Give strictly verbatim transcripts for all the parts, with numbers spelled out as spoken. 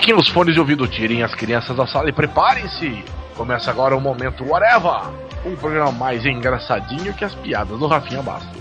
Coloquem os fones de ouvido, tirem as crianças da sala e preparem-se. Começa agora o Momento Whatever, um programa mais engraçadinho que as piadas do Rafinha Bastos.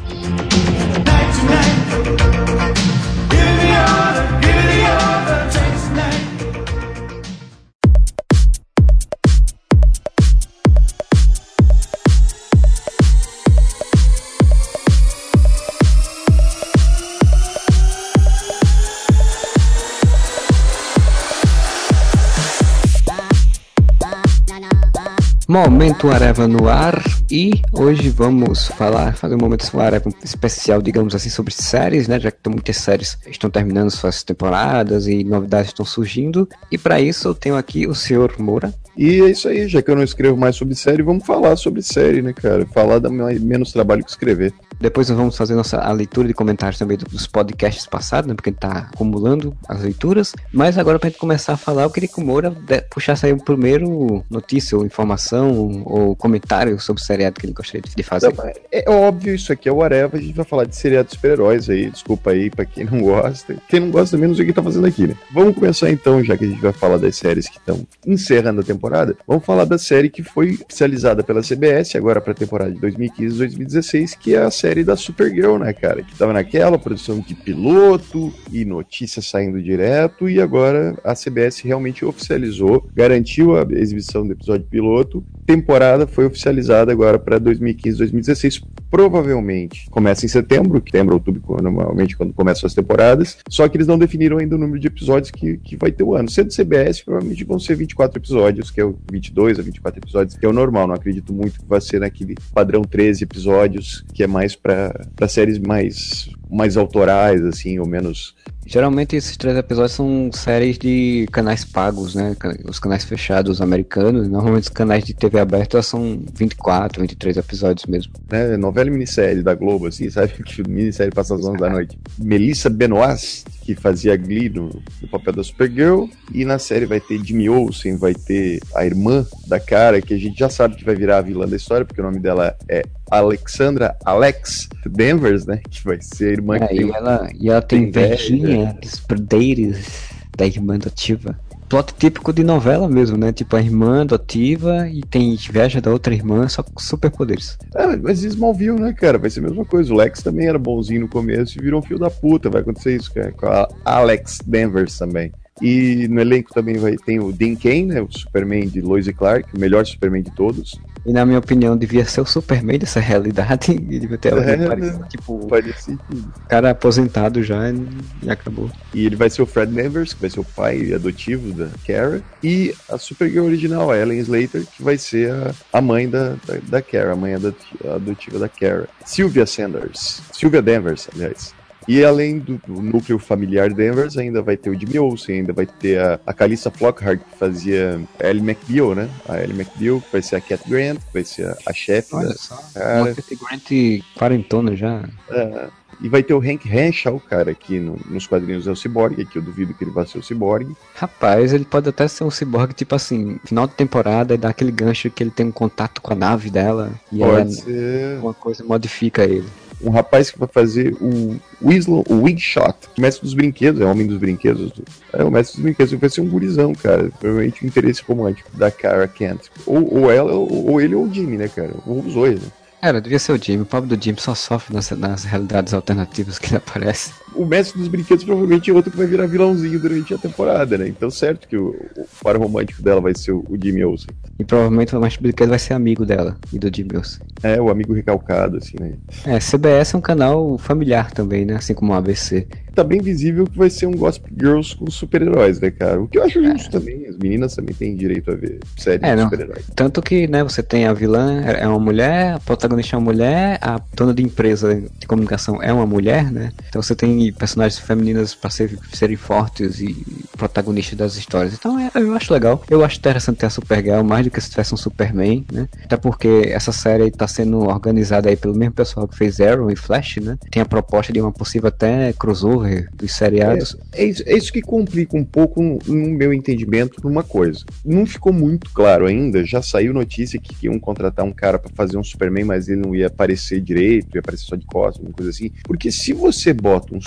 Momento Areva no ar, e hoje vamos falar, fazer um Momento Areva especial, digamos assim, sobre séries, né, já que muitas séries estão terminando suas temporadas e novidades estão surgindo, e para isso eu tenho aqui o senhor Moura. E é isso aí, já que eu não escrevo mais sobre série, vamos falar sobre série, né, cara? Falar dá menos trabalho que escrever. Depois nós vamos fazer nossa, a leitura de comentários também dos podcasts passados, né, porque a gente tá acumulando as leituras. Mas agora, pra gente começar a falar, eu queria que o Moura puxasse aí o primeiro notícia ou informação ou comentário sobre o seriado que ele gostaria de fazer. Não, é óbvio, isso aqui é o Areva, a gente vai falar de seriado de super-heróis aí, desculpa aí pra quem não gosta. Quem não gosta também não sei o que tá fazendo aqui, né? Vamos começar então, já que a gente vai falar das séries que estão encerrando a temporada. Vamos falar da série que foi oficializada pela C B S agora pra temporada de dois mil e quinze dois mil e dezesseis, que é a série da Supergirl, né, cara? Que tava naquela produção de piloto e notícias saindo direto, e agora a C B S realmente oficializou, garantiu a exibição do episódio piloto. Temporada foi oficializada agora para dois mil e quinze dois mil e dezesseis, provavelmente começa em setembro, setembro, outubro, normalmente quando começam as temporadas, só que eles não definiram ainda o número de episódios que, que vai ter o ano. Sendo C B S, provavelmente vão ser vinte e quatro episódios, que é o vinte e dois a vinte e quatro episódios, que é o normal. Não acredito muito que vai ser naquele padrão treze episódios, que é mais para séries mais, mais autorais, assim, ou menos... Geralmente esses três episódios são séries de canais pagos, né? Os canais fechados americanos. Normalmente os canais de T V aberta são vinte e quatro, vinte e três episódios mesmo. É, novela e minissérie da Globo, assim, sabe? Que minissérie passa às onze da noite. Melissa Benoist, que fazia Glee no, no papel da Supergirl, e na série vai ter Jimmy Olsen, vai ter a irmã da Kara, que a gente já sabe que vai virar a vilã da história, porque o nome dela é Alexandra Alex Danvers, né? Que vai ser a irmã é, que tem... E ela, e ela tem invejinha dos poderes da irmã adotiva. Plot típico de novela mesmo, né? Tipo, a irmã adotiva e tem inveja da outra irmã, só com superpoderes. Ah, mas Smallville, né, cara? Vai ser a mesma coisa. O Lex também era bonzinho no começo e virou um filho da puta. Vai acontecer isso, cara, com a Alex Danvers também. E no elenco também vai ter o Dean Cain, né? O Superman de Lois e Clark, o melhor Superman de todos. E na minha opinião, devia ser o Superman dessa realidade. E devia ter alguém é, parecido, né? tipo, Parece cara aposentado já e, e acabou. E ele vai ser o Fred Danvers, que vai ser o pai adotivo da Kara. E a Supergirl original, a Ellen Slater, que vai ser a, a mãe da, da, da Kara, a mãe adotiva da Kara. Sylvia Sanders. Sylvia Danvers, aliás. E além do, do núcleo familiar Danvers, ainda vai ter o Jimmy Olsen, ainda vai ter a, a Calissa Flockhart, que fazia a Ellie McBeal, né? A Ellie McBeal, que vai ser a Cat Grant, que vai ser a, a chefe. Olha da, só, cara. uma Cat Grant quarentona já. É, e vai ter o Hank Henshaw, cara, que no, nos quadrinhos é o Cyborg, que eu duvido que ele vá ser o Cyborg. Rapaz, ele pode até ser um ciborgue, tipo assim, final de temporada, e dá aquele gancho que ele tem um contato com a nave dela, e pode ela, ser... uma coisa modifica ele. Um rapaz que vai fazer o Winslow, o Wingshot, o mestre dos brinquedos, é o homem dos brinquedos. Do, é o mestre dos brinquedos, ele vai ser um gurizão, cara. Provavelmente o interesse romântico da Kara Kent. Ou, ou ela, ou, ou ele ou o Jimmy, né, cara? Ou os dois, né? Cara, devia ser o Jimmy. O pobre do Jimmy só sofre nas, nas realidades alternativas que ele aparece. O mestre dos brinquedos provavelmente é outro que vai virar vilãozinho durante a temporada, né? Então, certo que o, o par romântico dela vai ser o, o Jimmy Olsen. E provavelmente o mestre dos brinquedos vai ser amigo dela e do Jimmy Olsen. É, o amigo recalcado, assim, né? É, C B S é um canal familiar também, né? Assim como o A B C. Tá bem visível que vai ser um Gossip Girls com super-heróis, né, cara? O que eu acho justo é. também. As meninas também têm direito a ver séries é, de não. super-heróis. Tanto que, né, você tem a vilã, é uma mulher, a protagonista é uma mulher, a dona de empresa de comunicação é uma mulher, né? Então você tem personagens femininas pra ser, serem fortes e protagonistas das histórias. Então é, eu acho legal. Eu acho interessante ter a Supergirl, mais do que se tivesse um Superman, né? Até porque essa série tá sendo organizada aí pelo mesmo pessoal que fez Arrow e Flash, né? Tem a proposta de uma possível até crossover dos seriados. É, é, isso, é isso que complica um pouco no, no meu entendimento numa coisa. Não ficou muito claro ainda, já saiu notícia que iam contratar um cara pra fazer um Superman, mas ele não ia aparecer direito, ia aparecer só de costas, uma coisa assim. Porque se você bota um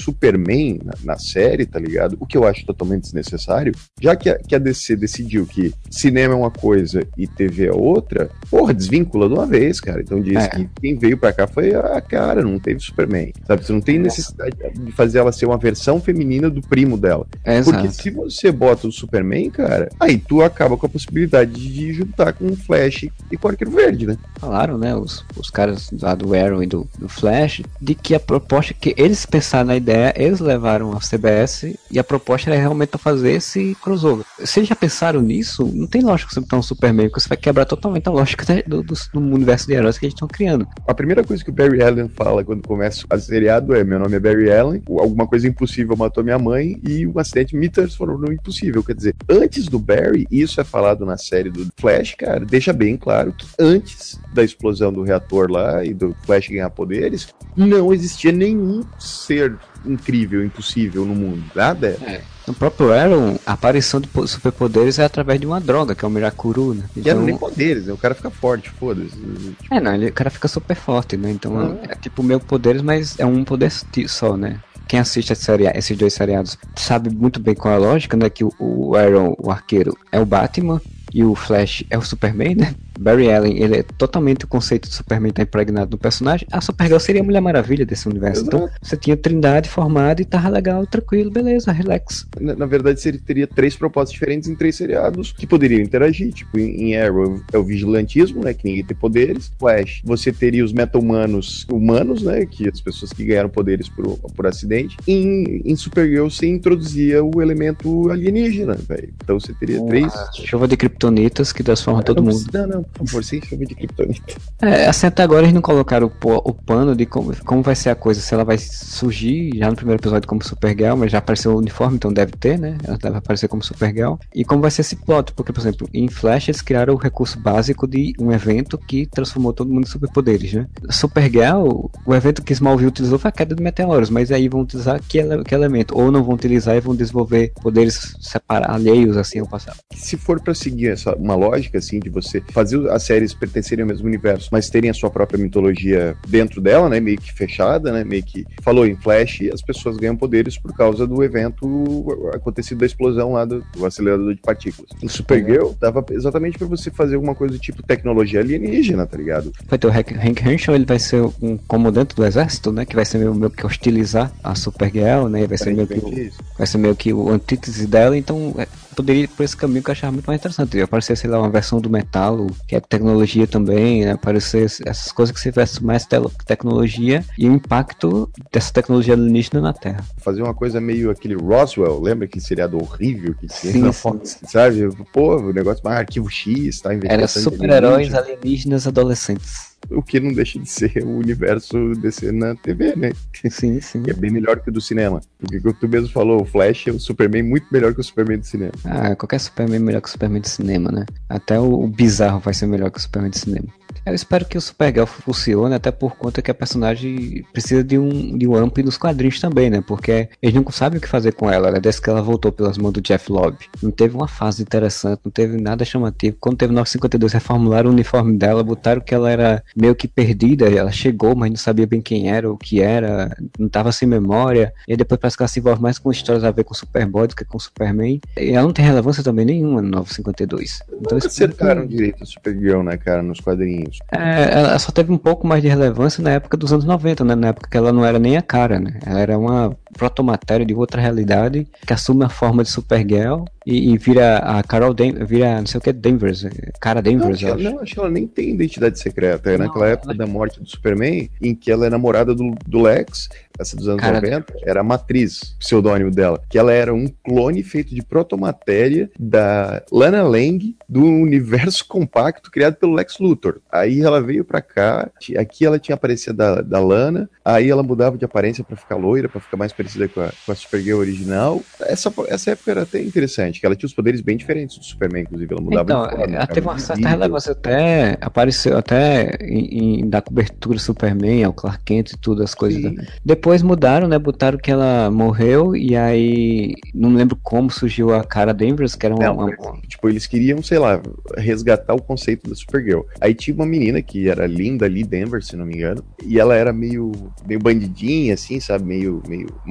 Superman na, na série, tá ligado? O que eu acho totalmente desnecessário, já que a, que a D C decidiu que cinema é uma coisa e T V é outra, porra, desvincula de uma vez, cara. Então diz é. que quem veio pra cá foi a cara, não teve Superman, sabe? Você não tem necessidade de fazer ela ser uma versão feminina do primo dela. É, porque exato. se você bota o Superman, cara, aí tu acaba com a possibilidade de juntar com o Flash e com o Arqueiro Verde, né? Falaram, né, os, os caras lá do Arrow e do, do Flash, de que a proposta, que eles pensaram na ideia, eles levaram a C B S e a proposta era realmente pra fazer esse crossover. Se eles já pensaram nisso, não tem lógica você botar um Superman, porque você vai quebrar totalmente a lógica, né, do, do, do universo de heróis que eles estão criando. A primeira coisa que o Barry Allen fala quando começa a seriado é: meu nome é Barry Allen, alguma coisa impossível matou minha mãe e um acidente me transformou no impossível. Quer dizer, antes do Barry, isso é falado na série do Flash, cara, deixa bem claro que antes da explosão do reator lá e do Flash ganhar poderes, não existia nenhum ser incrível, impossível no mundo. Nada. É. No próprio Arrow, a aparição de superpoderes é através de uma droga, que é o Mirakuru, né? Então... E Então... não nem poderes, né? O cara fica forte, foda-se. É, não, ele, o cara fica super forte, né? Então ah. é, é tipo meio poderes, mas é um poder só, né? Quem assiste a série, esses dois seriados sabe muito bem qual é a lógica, né? Que o, o Arrow, o arqueiro, é o Batman e o Flash é o Superman, né? Barry Allen, ele é totalmente o conceito de Superman tá impregnado no personagem. A Supergirl seria a Mulher Maravilha desse universo. Exato. Então você tinha Trindade formada e tava legal, tranquilo, beleza, relax. Na, na verdade, você teria três propostas diferentes em três seriados que poderiam interagir. Tipo, em, em Arrow é o vigilantismo, né? Que ninguém tem poderes. Flash, você teria os meta-humanos humanos, né? Que as pessoas que ganharam poderes por, por acidente. Em, em Supergirl, você introduzia o elemento alienígena, velho. Então você teria Uma três. Chuva de kryptonitas que transforma ah, todo não, mundo. Não, não. Por favor, sem chuva de kryptonita. É, assim, até agora eles não colocaram o, o pano de como, como vai ser a coisa, se ela vai surgir já no primeiro episódio como Supergirl, mas já apareceu o uniforme, então deve ter, né? Ela deve aparecer como Supergirl. E como vai ser esse plot, porque, por exemplo, em Flash eles criaram o recurso básico de um evento que transformou todo mundo em superpoderes, né? Supergirl, o evento que Smallville utilizou foi a queda de meteoros, mas aí vão utilizar que, ele, que elemento? Ou não vão utilizar e vão desenvolver poderes separados, alheios, assim, ao passado. Se for pra seguir essa, uma lógica, assim, de você fazer as séries pertencerem ao mesmo universo, mas terem a sua própria mitologia dentro dela, né, meio que fechada, né, meio que falou em Flash, as pessoas ganham poderes por causa do evento acontecido da explosão lá do, do acelerador de partículas. Em Supergirl, dava exatamente pra você fazer alguma coisa tipo tecnologia alienígena, tá ligado? Vai ter o Hank, Hank Henshaw, ele vai ser um comandante do exército, né, que vai ser meio, meio que hostilizar a Supergirl, né, vai ser meio que o, vai ser meio que o antítese dela, então é, poderia ir por esse caminho que eu achava muito mais interessante. Ia aparecer, sei lá, uma versão do Metalo, que é tecnologia também, né? Aparecer essas coisas que se tivesse mais te- tecnologia e o impacto dessa tecnologia alienígena na Terra. Fazer uma coisa meio aquele Roswell, lembra aquele seriado horrível que tinha sim, na sim. Fox, sabe? Pô, o negócio mais Arquivo X, tá? Era super-heróis alienígenas adolescentes. O que não deixa de ser o universo D C na T V, né? Sim, sim. Que é bem melhor que o do cinema. Porque como tu mesmo falou, o Flash é o Superman muito melhor que o Superman do cinema. Ah, qualquer Superman é melhor que o Superman do cinema, né? Até o, o Bizarro vai ser melhor que o Superman do cinema. Eu espero que o Supergirl funcione, até por conta que a personagem precisa de um, de um amp nos quadrinhos também, né? Porque eles não sabem o que fazer com ela, né? Desde que ela voltou pelas mãos do Jeff Lobb. Não teve uma fase interessante, não teve nada chamativo. Quando teve novecentos e cinquenta e dois, reformularam o uniforme dela, botaram que ela era meio que perdida, ela chegou, mas não sabia bem quem era, o que era, não tava sem memória, e aí depois parece que ela se envolve mais com histórias a ver com o Superboy do que com o Superman. E ela não tem relevância também nenhuma no novecentos e cinquenta e dois. Então, nunca acertaram que... direito a Supergirl, né, cara, nos quadrinhos. É, ela só teve um pouco mais de relevância na época dos anos noventa, né? Na época que ela não era nem a cara, né? Ela era uma protomatéria de outra realidade que assume a forma de Supergirl e, e vira a Carol Danvers, vira não sei o que, Danvers, cara Danvers, não, eu acho. Não, acho que ela nem tem identidade secreta. É naquela época ela... da morte do Superman, em que ela é namorada do, do Lex, essa dos anos cara, noventa, era a Matriz, pseudônimo dela, que ela era um clone feito de protomatéria da Lana Lang do universo compacto criado pelo Lex Luthor. Aí ela veio pra cá, aqui ela tinha aparência da, da Lana, aí ela mudava de aparência pra ficar loira, pra ficar mais parecida com a, com a Supergirl original. Essa, essa época era até interessante, que ela tinha os poderes bem diferentes do Superman, inclusive, ela mudava então, de forma. Ela teve uma certa relevância, até apareceu até em, em da cobertura Superman, ao Clark Kent e tudo, as coisas. Da... Depois mudaram, né, botaram que ela morreu e aí, não lembro como surgiu a cara Danvers, que era uma... Não, uma... Tipo, eles queriam, sei lá, resgatar o conceito da Supergirl. Aí tinha uma menina que era Linda Lee Danvers, se não me engano, e ela era meio, meio bandidinha, assim, sabe, meio, meio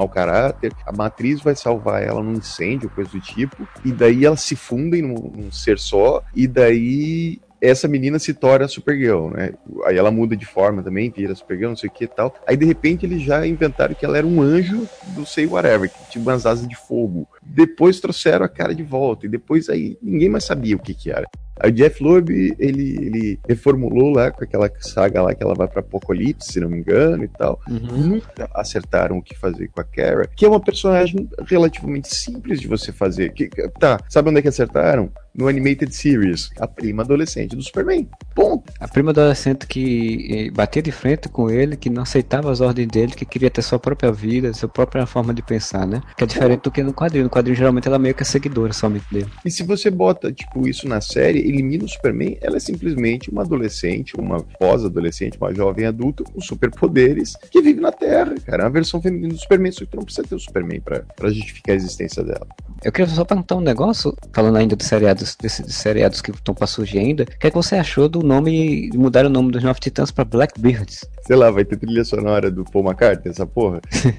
mau caráter, a matriz vai salvar ela num incêndio, coisa do tipo, e daí elas se fundem num, num ser só, e daí essa menina se torna Supergirl, né? Aí ela muda de forma também, vira Supergirl, não sei o que e tal. Aí de repente eles já inventaram que ela era um anjo do Say Whatever, que tinha umas asas de fogo. Depois trouxeram a cara de volta, e depois aí ninguém mais sabia o que que era. Aí o Jeff Loeb, ele, ele reformulou lá com aquela saga lá que ela vai pra Apocalipse, se não me engano, e tal. Uhum. Nunca acertaram o que fazer com a Kara, que é uma personagem relativamente simples de você fazer. Que, tá, sabe onde é que acertaram? No Animated Series, a prima adolescente do Superman. Ponto. A prima adolescente que batia de frente com ele, que não aceitava as ordens dele, que queria ter sua própria vida, sua própria forma de pensar, né? Que é diferente do que no quadrinho. No quadrinho, geralmente, ela meio que é seguidora somente dele. E se você bota, tipo, isso na série, elimina o Superman, ela é simplesmente uma adolescente, uma pós-adolescente, uma jovem adulta com superpoderes que vive na Terra, cara. É uma versão feminina do Superman, só que tu não precisa ter o Superman pra, pra justificar a existência dela. Eu queria só perguntar um negócio, falando ainda dos seriados, desses seriados que estão pra surgir ainda. O que é que você achou do nome, mudar o nome dos Novos Titãs pra Blackbeards? Sei lá, vai ter trilha sonora do Paul McCartney, essa porra?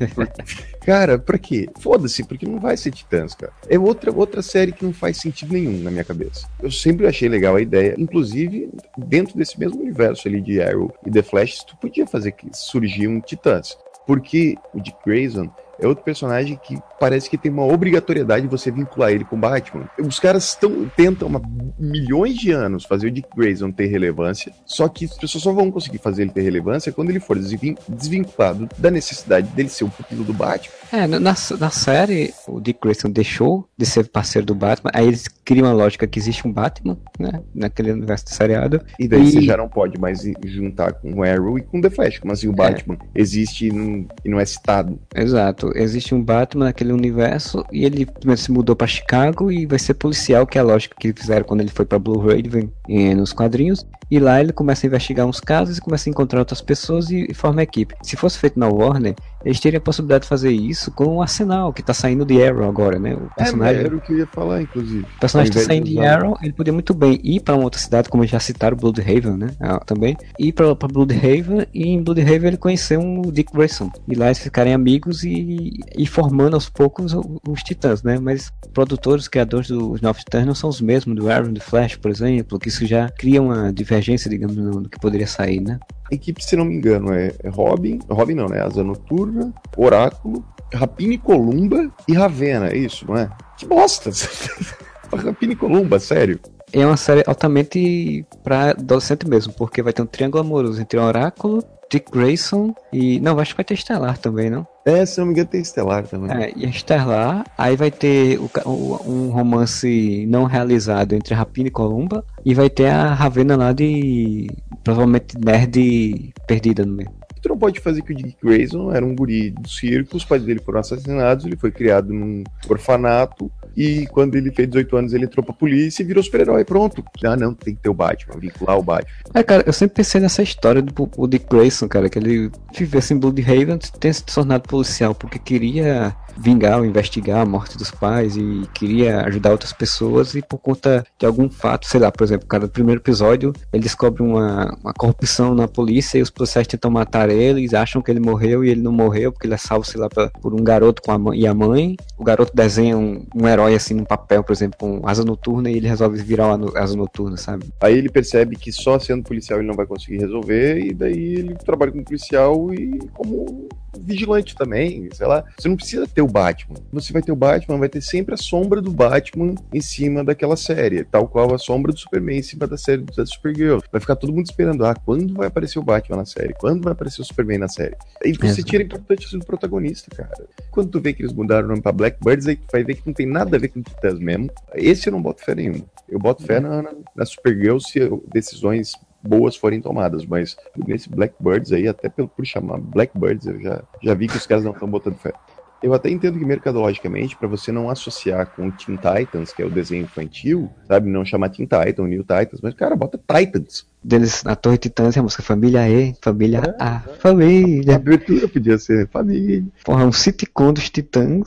Cara, pra quê? Foda-se, porque não vai ser Titãs, cara. É outra, outra série que não faz sentido nenhum na minha cabeça. Eu sempre achei legal a ideia, inclusive, dentro desse mesmo universo ali de Arrow e The Flash, tu podia fazer que surgir um Titãs. Porque o Dick Grayson é outro personagem que parece que tem uma obrigatoriedade de você vincular ele com o Batman. Os caras tão, tentam há milhões de anos fazer o Dick Grayson ter relevância, só que as pessoas só vão conseguir fazer ele ter relevância quando ele for desvinculado da necessidade dele ser o pupilo do Batman. É, na, na série, o Dick Grayson deixou de ser parceiro do Batman, aí eles criam a lógica que existe um Batman, né, naquele universo de seriado. E daí e... você já não pode mais juntar com o Arrow e com o The Flash, mas assim, o Batman é. existe e não, e não é citado. Exato, existe um Batman naquele universo e ele primeiro se mudou pra Chicago e vai ser policial, que é a lógica que fizeram quando ele foi pra Blue Raven e, nos quadrinhos, e lá ele começa a investigar uns casos e começa a encontrar outras pessoas e, e forma equipe. Se fosse feito na Warner, eles teriam a possibilidade de fazer isso com o Arsenal, que tá saindo de Arrow agora, né? O personagem, é, era o que eu ia falar, inclusive. O personagem tá saindo de Arrow, ele podia muito bem ir pra uma outra cidade, como já citaram, Bloodhaven, né? Ah, também. Ir pra, pra Bloodhaven e em Bloodhaven ele conhecer um Dick Grayson. E lá eles ficarem amigos e, e formando aos poucos os, os Titãs, né? Mas produtores, criadores dos Novos Titãs não são os mesmos do Arrow e do Flash, por exemplo, que isso já cria uma divergência, digamos, no, no que poderia sair, né? A equipe, se não me engano, é Robin, Robin não, né? Asa Noturna, Oráculo, Rapina e Columba e Ravena, é isso, não é? Que bosta! Rapina e Columba, sério? É uma série altamente pra adolescente mesmo, porque vai ter um triângulo amoroso entre o Oráculo, Dick Grayson e... Não, acho que vai ter Estelar também, não? É, se não me engano tem Estelar também. É, e a Estelar, aí vai ter o, o, um romance não realizado entre Rapina e Columba, e vai ter a Ravena lá de... provavelmente nerd perdida no meio. Tu não pode fazer que o Dick Grayson era um guri do circo, os pais dele foram assassinados, ele foi criado num orfanato, e quando ele fez dezoito anos ele entrou pra polícia e virou super-herói, pronto. Ah não, tem que ter o Batman, vincular o Batman. É, cara, eu sempre pensei nessa história do o Dick Grayson, cara, que ele vivesse em Bloodhaven, tem se tornado policial porque queria vingar ou investigar a morte dos pais e queria ajudar outras pessoas, e por conta de algum fato, sei lá, por exemplo, cara, no primeiro episódio ele descobre uma, uma corrupção na polícia e os policiais tentam matar ele, eles acham que ele morreu e ele não morreu porque ele é salvo, sei lá, pra, por um garoto com a mãe e a mãe. O garoto desenha um, um herói assim no papel, por exemplo, com asa noturna, e ele resolve virar uma asa noturna, sabe? Aí ele percebe que só sendo policial ele não vai conseguir resolver, e daí ele trabalha como policial e como vigilante também, sei lá. Você não precisa ter o Batman. Você vai ter o Batman, vai ter sempre a sombra do Batman em cima daquela série, tal qual a sombra do Superman em cima da série da Supergirl. Vai ficar todo mundo esperando, ah, quando vai aparecer o Batman na série? Quando vai aparecer o Superman na série? Aí você tira a importância do protagonista, cara. Quando tu vê que eles mudaram o nome pra Blackbirds, aí tu vai ver que não tem nada a ver com Titãs mesmo. Esse eu não boto fé nenhuma. Eu boto fé na, na, na Supergirl se decisões boas forem tomadas, mas nesse Blackbirds aí, até pelo, por chamar Blackbirds, eu já, já vi que os caras não estão botando fé. Eu até entendo que mercadologicamente, para você não associar com o Teen Titans, que é o desenho infantil, sabe, não chamar Teen Titan, New Titans, mas cara, bota Titans. Deles, na Torre Titãs, é a música Família E, Família é, A, é. Família. A abertura podia ser Família. Porra, um sitcom dos Titãs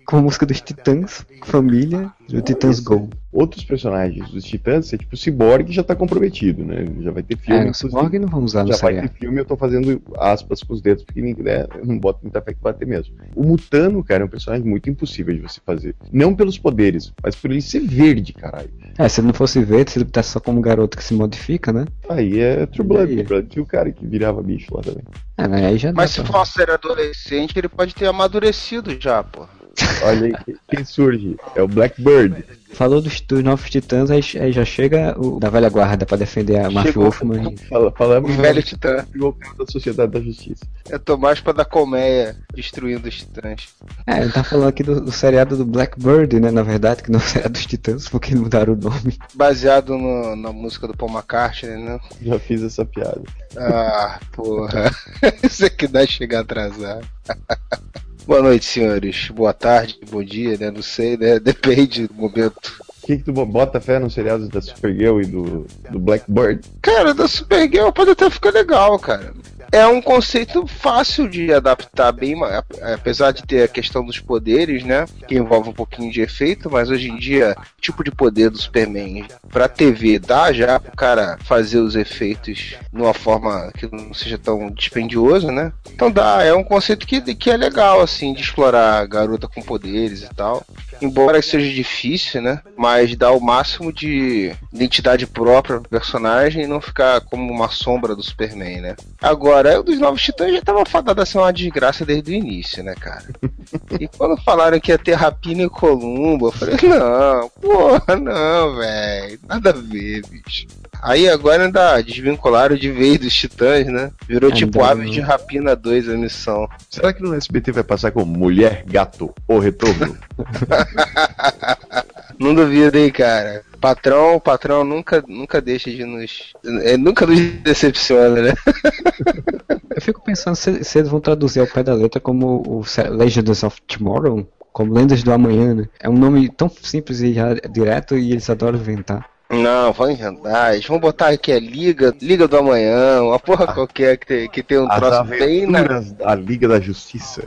com a música dos Titãs, Família, do Titãs Go. Outros personagens dos Titãs, é tipo o Cyborg já tá comprometido, né? Já vai ter filme. É, o Cyborg não vamos usar no Já vai seriado. ter filme, eu tô fazendo aspas com os dedos, porque né, eu não boto muita fé que bater mesmo. O Mutano, cara, é um personagem muito impossível de você fazer. Não pelos poderes, mas por ele ser verde, caralho. É, se ele não fosse verde, se ele botasse só como garoto que se modifica, né? Aí é True Blood, E aí? True Blood. Tinha o cara que virava bicho lá também. É, mas aí já Mas dá se pra... for ser adolescente, ele pode ter amadurecido já, pô. Olha aí, quem- quem surge? É o Blackbird. Falou dos, dos novos titãs, aí, aí já chega o da velha guarda pra defender a Mark Chegou. Wolfman. e- Fala, falamos O velho titã. do cara da Sociedade da Justiça. Eu tô mais pra dar colmeia destruindo os titãs. É, ele tá falando aqui do, do seriado do Blackbird, né? Na verdade, que não é o seriado dos titãs, porque mudaram o nome. Baseado no- na música do Paul McCartney, né? Já fiz essa piada. Ah, porra. Isso aqui dá chegar atrasado. Boa noite, senhores. Boa tarde, bom dia, né? Não sei, né? Depende do momento. O que, que tu bota fé nos seriados da Supergirl e do, do Blackbird? Cara, da Supergirl pode até ficar legal, cara. É um conceito fácil de adaptar bem, ma- apesar de ter a questão dos poderes, né? Que envolve um pouquinho de efeito, mas hoje em dia, o tipo de poder do Superman pra T V dá já pro cara fazer os efeitos de uma forma que não seja tão dispendioso, né? Então dá, é um conceito que, que é legal, assim, de explorar a garota com poderes e tal. Embora seja difícil, né? Mas dá o máximo de identidade própria pro personagem e não ficar como uma sombra do Superman, né? Agora, o dos Novos Titãs já tava fadado a ser uma desgraça desde o início, né, cara? E quando falaram que ia ter Rapina e Columbo, eu falei, não, porra, não, velho. Nada a ver, bicho. Aí agora ainda desvincularam de vez dos Titãs, né? Virou Ainda tipo não. Aves de Rapina dois a missão. Será que no S B T vai passar como Mulher, Gato ou Retorno? Não duvido, hein, cara. Patrão, patrão nunca, nunca deixa de nos. É, nunca nos decepciona, né? Eu fico pensando se, se eles vão traduzir ao pé da letra como o se- Legends of Tomorrow, como Lendas do Amanhã, né? É um nome tão simples e já direto e eles adoram inventar. Não, vão inventar. Eles vão botar aqui a Liga, Liga do Amanhã, uma porra Ah. qualquer que tem, que tem um As troço bem na. aventuras da Liga da Justiça.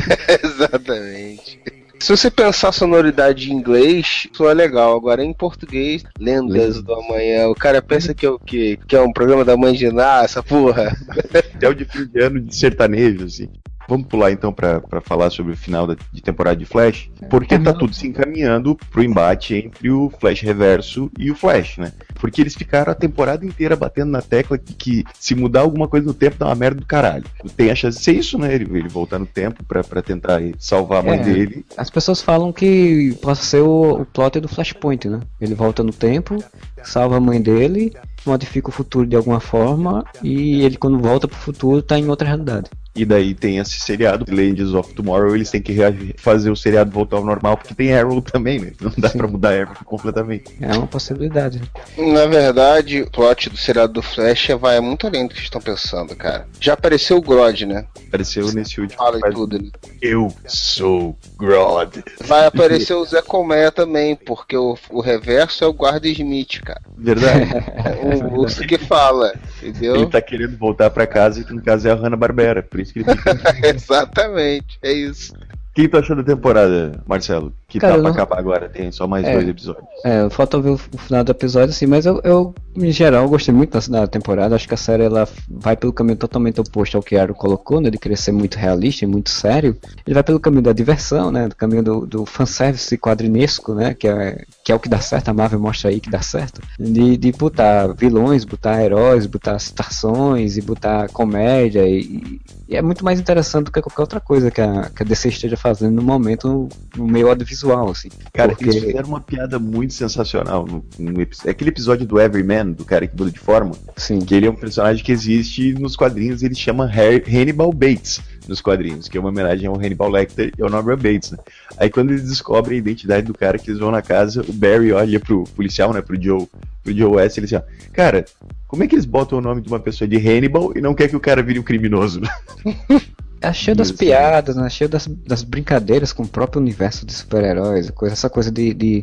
Exatamente. Se você pensar a sonoridade em inglês, soa legal. Agora em português, Lendas Lendas. do Amanhã. O cara pensa que é o quê? Que é um programa da Mãe de Ná, essa porra. É o de fim de ano de sertanejo, assim. Vamos pular então pra pra falar sobre o final da, de temporada de Flash, porque tá tudo se encaminhando pro embate entre o Flash Reverso e o Flash, né? Porque eles ficaram a temporada inteira batendo na tecla que, que se mudar alguma coisa no tempo dá uma merda do caralho. Tem a chance de ser isso, né? Ele, ele voltar no tempo pra, pra tentar salvar a mãe É. dele. As pessoas falam que possa ser o, o plot do Flashpoint, né? Ele volta no tempo, salva a mãe dele, modifica o futuro de alguma forma e ele quando volta pro futuro tá em outra realidade. E daí tem esse seriado, Legends of Tomorrow, eles têm que rea- fazer o seriado voltar ao normal, porque tem Arrow também, né? Não dá Sim. pra mudar Arrow completamente. É uma possibilidade. Na verdade, o plot do seriado do Flash vai muito além do que estão pensando, cara. Já apareceu o Grodd, né? Apareceu nesse último. Fala e faz- tudo, né? Eu sou Grodd. Vai aparecer o Zé Colmeia também, porque o, o reverso é o Guarda Smith, cara. Verdade. O urso que fala, entendeu? Ele tá querendo voltar pra casa, que no caso é a Hanna-Barbera, por isso que ele fica... Exatamente, é isso. O que tu achou da temporada, Marcelo? Que Cara, tá eu pra não- acabar agora, tem só mais É. dois episódios. É, falta ver o o final do episódio, assim, mas eu, eu, em geral, gostei muito da, da temporada. Acho que a série ela vai pelo caminho totalmente oposto ao que Arrow colocou, né? De querer ser muito realista e muito sério. Ele vai pelo caminho da diversão, né? Do caminho do, do fanservice quadrinesco, né? Que é, que é o que dá certo, a Marvel mostra aí que dá certo. De, de botar vilões, botar heróis, botar citações e botar comédia. E, e é muito mais interessante do que qualquer outra coisa que a, que a D C esteja fazendo no momento no, no meio audiovisual, assim. Cara, Porque- eles fizeram uma piada muito sensacional. No, no epi- aquele episódio do Everyman, do cara que muda de forma, Sim. que ele é um personagem que existe nos quadrinhos, ele chama Har- Hannibal Bates nos quadrinhos, que é uma homenagem ao Hannibal Lecter e ao Norman Bates, né? Aí quando eles descobrem a identidade do cara que eles vão na casa, o Barry olha pro policial, né, pro Joe, pro Joe West, e ele diz, ó, cara, como é que eles botam o nome de uma pessoa de Hannibal e não quer que o cara vire um criminoso? É cheio das Isso. piadas, né? Cheio das, das brincadeiras com o próprio universo de super-heróis, coisa, essa coisa de, de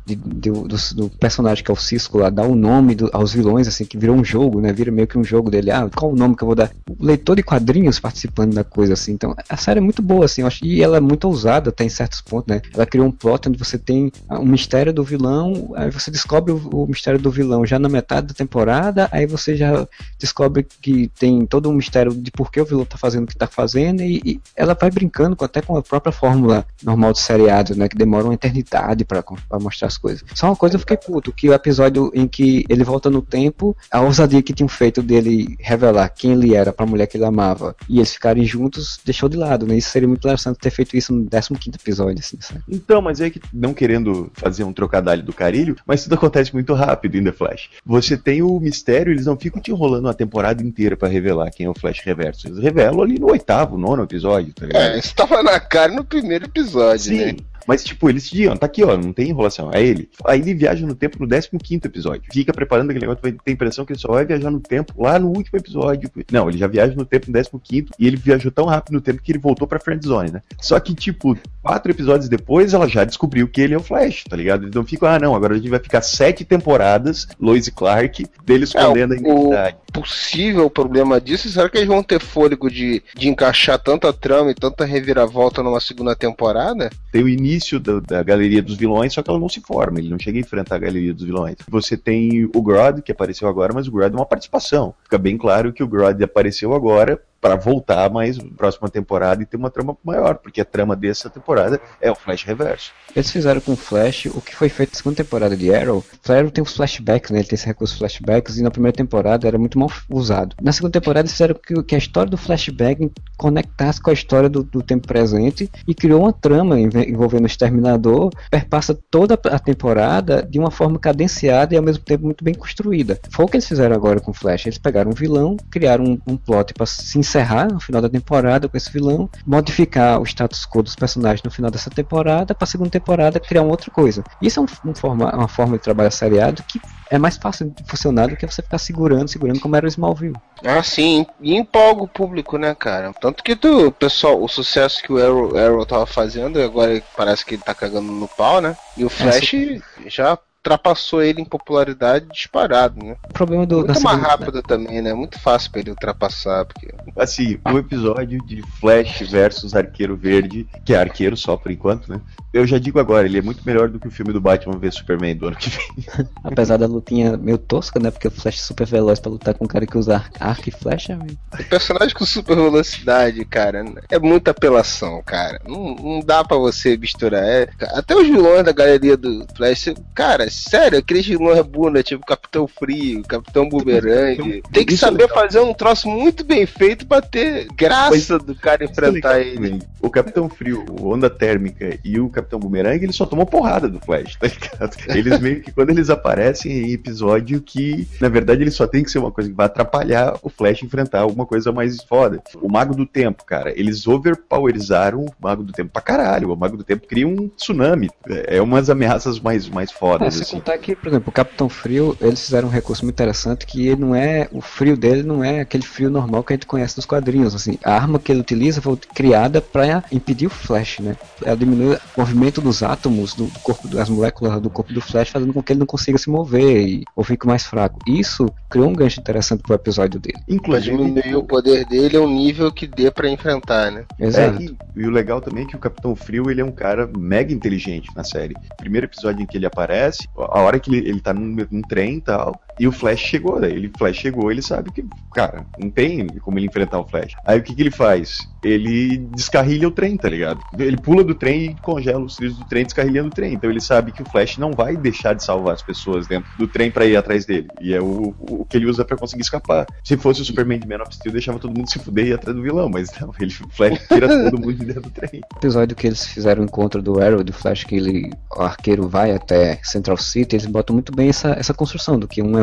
de, de, do, do personagem que é o Cisco lá, dar o nome do, aos vilões, assim, que virou um jogo, né? Vira meio que um jogo dele. Ah, qual o nome que eu vou dar? O leitor de quadrinhos participando da coisa, assim. Então, a série é muito boa, assim, eu acho. E ela é muito ousada até em certos pontos, né? Ela criou um plot onde você tem um mistério do vilão, aí você descobre o, o mistério do vilão já na metade da temporada, aí você já descobre que tem todo um mistério de por que o vilão tá fazendo o que tá fazendo, e, e ela vai brincando com, até com a própria fórmula normal de seriado, né? Que demora uma eternidade pra, pra mostrar as coisas. Só uma coisa eu fiquei puto, que o episódio em que ele volta no tempo, a ousadia que tinham feito dele revelar quem ele era pra mulher que ele amava, e eles ficarem juntos, deixou de lado, né? Isso seria muito interessante ter feito isso no décimo quinto episódio, assim, sabe? Então, mas é que, não querendo fazer um trocadilho do carilho, mas tudo acontece muito rápido em The Flash. Você tem o mistério, eles não ficam te enrolando a temporada inteira pra revelar quem é o Flash Reverso. Eles revelam ali no oitavo, nono episódio, tá ligado? É, isso tava na cara no primeiro episódio, Sim. né? Mas, tipo, eles te diziam, tá aqui, ó, não tem enrolação, é ele. Aí ele viaja no tempo no décimo quinto episódio. Fica preparando aquele negócio, vai ter a impressão que ele só vai viajar no tempo lá no último episódio. Não, ele já viaja no tempo no décimo quinto e ele viajou tão rápido no tempo que ele voltou pra Friendzone, né? Só que, tipo, quatro episódios depois, ela já descobriu que ele é o Flash, tá ligado? Eles não ficam, ah, não, agora a gente vai ficar sete temporadas, Lois e Clark, dele escondendo é, a identidade. O possível problema disso, será que eles vão ter fôlego de, de encaixar tanta trama e tanta reviravolta numa segunda temporada? Tem o início da, da galeria dos vilões, só que ela não se forma, ele não chega a enfrentar a galeria dos vilões. Você tem o Grodd, que apareceu agora, mas o Grodd é uma participação. Fica bem claro que o Grodd apareceu agora para voltar mais na próxima temporada e ter uma trama maior, porque a trama dessa temporada é o Flash Reverso. Eles fizeram com o Flash o que foi feito na segunda temporada de Arrow. O Arrow tem os flashbacks, né? Ele tem esse recurso flashbacks, e na primeira temporada era muito mal usado. Na segunda temporada eles fizeram que, que a história do flashback conectasse com a história do, do tempo presente e criou uma trama envolvendo o Exterminador, perpassa toda a temporada de uma forma cadenciada e ao mesmo tempo muito bem construída. Foi o que eles fizeram agora com o Flash. Eles pegaram um vilão, criaram um, um plot para se encerrar no final da temporada com esse vilão, modificar o status quo dos personagens no final dessa temporada, para a segunda temporada criar uma outra coisa. Isso é um, um forma, uma forma de trabalhar seriado que é mais fácil de funcionar do que você ficar segurando, segurando como era o Smallville. Ah, sim, e empolga o público, né, cara? Tanto que tu, pessoal, o sucesso que o Arrow, Arrow tava fazendo, agora parece que ele tá cagando no pau, né? E o Flash é, já ultrapassou ele em popularidade disparado, né? O problema do, muito da mais segunda... rápido também, né? Muito fácil pra ele ultrapassar, porque... Assim, o episódio de Flash versus Arqueiro Verde, que é arqueiro só por enquanto, né? Eu já digo agora, ele é muito melhor do que o filme do Batman vs Superman do ano que vem. Apesar da lutinha meio tosca, né? Porque o Flash é super veloz pra lutar com um cara que usa arco e flecha, velho. O personagem com super velocidade, cara, é muita apelação, cara. Não, não dá pra você misturar. É, até os vilões da galeria do Flash, cara, sério, aqueles vilões bunda, tipo Capitão Frio, Capitão Boomerang. Tem que saber fazer um troço muito bem feito pra ter graça do cara enfrentar ele. O Capitão Frio, o Onda Térmica e o Capitão Boomerang, eles só tomam porrada do Flash, tá ligado? Eles meio que, quando eles aparecem em episódio que, na verdade, eles só tem que ser uma coisa que vai atrapalhar o Flash enfrentar alguma coisa mais foda. O Mago do Tempo, cara, eles overpowerizaram o Mago do Tempo pra caralho. O Mago do Tempo cria um tsunami. É umas ameaças mais, mais fodas, é, assim. Contar que, por exemplo, o Capitão Frio, eles fizeram um recurso muito interessante, que ele não é, o frio dele não é aquele frio normal que a gente conhece nos quadrinhos, assim. A arma que ele utiliza foi criada para impedir o Flash, né? Ela diminui o movimento dos átomos do corpo, das moléculas do corpo do Flash, fazendo com que ele não consiga se mover e, ou fique mais fraco. Isso criou um gancho interessante pro episódio dele. Inclusive, diminuir o poder dele a um nível que dê para enfrentar, né? Exato. É, e, e o legal também é que o Capitão Frio, ele é um cara mega inteligente na série. Primeiro episódio em que ele aparece, a hora que ele, ele tá num, num trem e tal, e o Flash chegou, daí ele, Flash chegou, ele sabe que, cara, não tem como ele enfrentar o Flash. Aí o que que ele faz? Ele descarrilha o trem, tá ligado? Ele pula do trem e congela os trilhos do trem, descarrilhando o trem. Então ele sabe que o Flash não vai deixar de salvar as pessoas dentro do trem pra ir atrás dele. E é o, o que ele usa pra conseguir escapar. Se fosse o Superman de Man of Steel, deixava todo mundo se fuder e ir atrás do vilão, mas não, ele, o Flash tira todo mundo de dentro do trem. O episódio que eles fizeram o encontro do Arrow e do Flash, que ele, o arqueiro vai até Central City, eles botam muito bem essa, essa construção, do que um é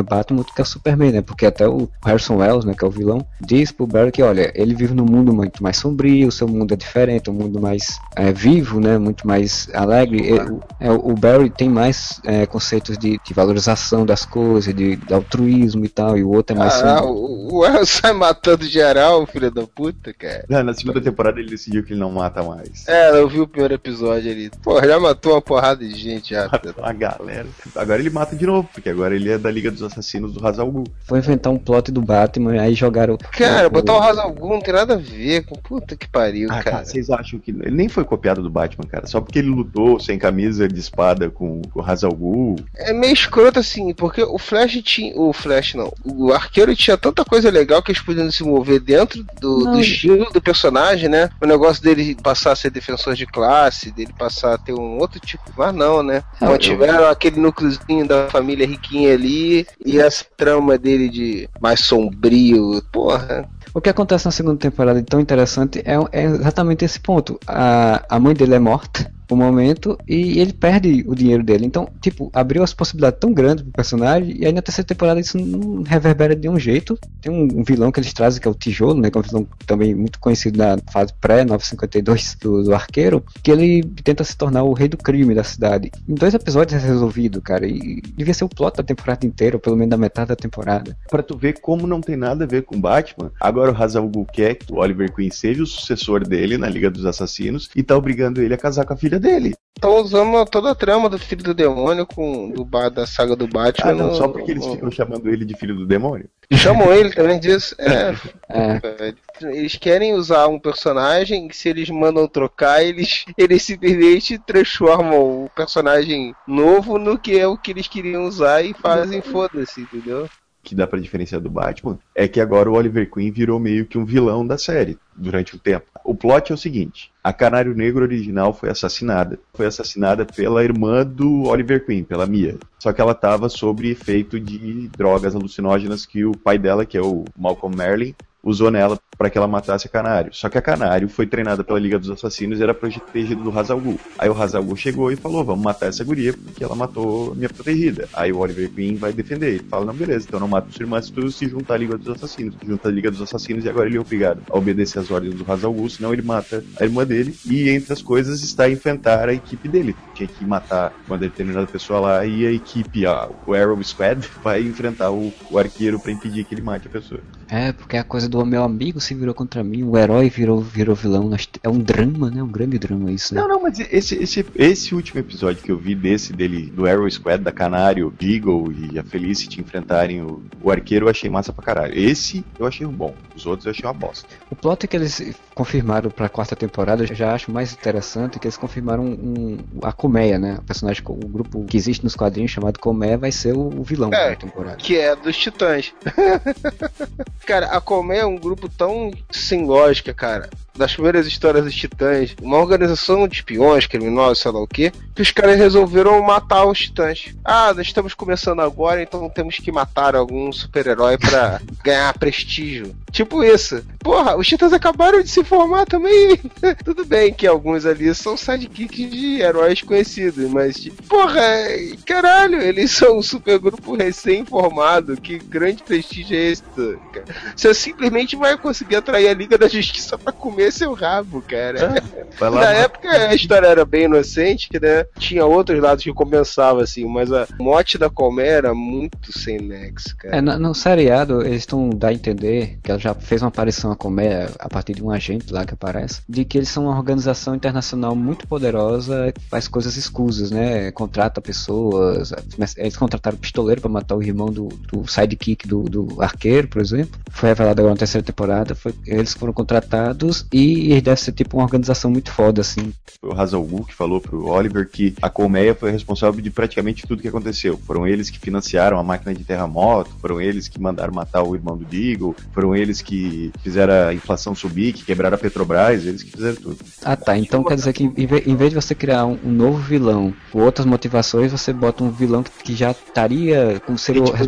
é Batman, outro que é o Superman, né? Porque até o Harrison Wells, né, que é o vilão, diz pro Barry que, olha, ele vive num mundo muito mais sombrio, o seu mundo é diferente, um mundo mais é, vivo, né? Muito mais alegre. É, o Barry tem mais é, conceitos de, de valorização das coisas, de, de altruísmo e tal, e o outro é mais ah, sombrio. O Wells sai matando geral, filho da puta, cara. Não, na segunda temporada ele decidiu que ele não mata mais. É, eu vi o primeiro episódio ali. Pô, já matou uma porrada de gente já. Matou a galera. Agora ele mata de novo, porque agora ele é da Liga dos Assassinos do Ra's al Ghul. Foi inventar um plot do Batman, aí jogaram... Cara, botar o Ra's al Ghul não tem nada a ver com... Puta que pariu, ah, cara. Vocês acham que... Ele nem foi copiado do Batman, cara. Só porque ele lutou sem camisa de espada com, com o Ra's al Ghul. É meio escroto assim, porque o Flash tinha... O Flash não. O Arqueiro tinha tanta coisa legal que eles podiam se mover dentro do, do estilo do personagem, né? O negócio dele passar a ser defensor de classe, dele passar a ter um outro tipo... Mas não, né? Mantiveram aquele núcleozinho da família riquinha ali e essa trama dele de mais sombrio. Porra... O que acontece na segunda temporada tão interessante é, é exatamente esse ponto. A, a mãe dele é morta por um momento e ele perde o dinheiro dele. Então, tipo, abriu as possibilidades tão grandes pro personagem e aí na terceira temporada isso não reverbera de um jeito. Tem um, um vilão que eles trazem que é o Tijolo, né? Que é um vilão também muito conhecido na fase pré-novecentos e cinquenta e dois do, do Arqueiro, que ele tenta se tornar o rei do crime da cidade. Em dois episódios é resolvido, cara. E devia ser o plot da temporada inteira, ou pelo menos da metade da temporada. Pra tu ver como não tem nada a ver com Batman, agora o Ra's al Ghul quer que o Oliver Queen seja o sucessor dele na Liga dos Assassinos e tá obrigando ele a casar com a filha dele. Estão usando toda a trama do Filho do Demônio com, do, da saga do Batman. Ah, não, no, só porque eles no... ficam chamando ele de Filho do Demônio. Chamam ele também disso. É. É. Eles querem usar um personagem que se eles mandam trocar, eles, eles simplesmente transformam o personagem novo no que é o que eles queriam usar e fazem foda-se, entendeu? Que dá pra diferenciar do Batman é que agora o Oliver Queen virou meio que um vilão da série durante o tempo. O plot é o seguinte: a Canário Negro original foi assassinada. Foi assassinada pela irmã do Oliver Queen, pela Mia. Só que ela estava sob efeito de drogas alucinógenas que o pai dela, que é o Malcolm Merlyn, usou nela para que ela matasse a Canário. Só que a Canário foi treinada pela Liga dos Assassinos e era protegida do Ra's al Ghul. Aí o Ra's al Ghul chegou e falou: vamos matar essa guria porque ela matou a minha protegida. Aí o Oliver Queen vai defender. Ele fala: não, beleza, então não mata sua irmã se tu se juntar à Liga dos Assassinos. Tu junta a Liga dos Assassinos e agora ele é obrigado a obedecer às ordens do Ra's al Ghul, senão ele mata a irmã dele. E entre as coisas está enfrentar a equipe dele. Tinha que matar uma determinada pessoa lá e a equipe, a, o Arrow Squad, vai enfrentar o, o arqueiro para impedir que ele mate a pessoa. É, porque a coisa do meu amigo se virou contra mim, o herói virou, virou vilão. É um drama, né? Um grande drama isso, né? Não, não, mas esse, esse, esse último episódio que eu vi desse dele, do Arrow Squad, da Canário, o Deagle e a Felicity enfrentarem o, o arqueiro, eu achei massa pra caralho. Esse eu achei um bom, os outros eu achei uma bosta. O plot que eles confirmaram pra quarta temporada, eu já acho mais interessante, que eles confirmaram um, a Colmeia, né? O personagem, o grupo que existe nos quadrinhos chamado Colmeia vai ser o, o vilão é, da temporada. Que é dos Titãs. Cara, a Colmeia é um grupo tão sem lógica, cara. Das primeiras histórias dos Titãs, uma organização de espiões, criminosos, sei lá o que, que os caras resolveram matar os Titãs. Ah, nós estamos começando agora, então temos que matar algum super-herói pra ganhar prestígio. Tipo isso. Porra, os Titãs acabaram de se formar também. Tudo bem que alguns ali são sidekicks de heróis conhecidos, mas, porra, caralho, eles são um supergrupo recém-formado. Que grande prestígio é esse, cara? Você simplesmente vai conseguir atrair a Liga da Justiça pra comer seu rabo, cara. É, lá, Na época a história era bem inocente, né? Tinha outros lados que compensavam, assim, mas a mote da Colmeia era muito sem nexo, cara. É, no, no seriado, eles estão dando a entender que ela já fez uma aparição a Colmeia a partir de um agente lá que aparece, de que eles são uma organização internacional muito poderosa, que faz coisas escusas, né? Contrata pessoas, eles contrataram o pistoleiro pra matar o irmão do, do sidekick do, do arqueiro, por exemplo. Foi revelado agora na terceira temporada, foi, eles foram contratados e deve ser tipo uma organização muito foda, assim. Foi o Ra's al Ghul que falou pro Oliver que a Colmeia foi responsável de praticamente tudo que aconteceu. Foram eles que financiaram a máquina de terremoto, foram eles que mandaram matar o irmão do Deagle, foram eles que fizeram a inflação subir, que quebraram a Petrobras, eles que fizeram tudo. Ah tá, então quer dizer que em vez, em vez de você criar um, um novo vilão com outras motivações, você bota um vilão que, que já estaria como ser o...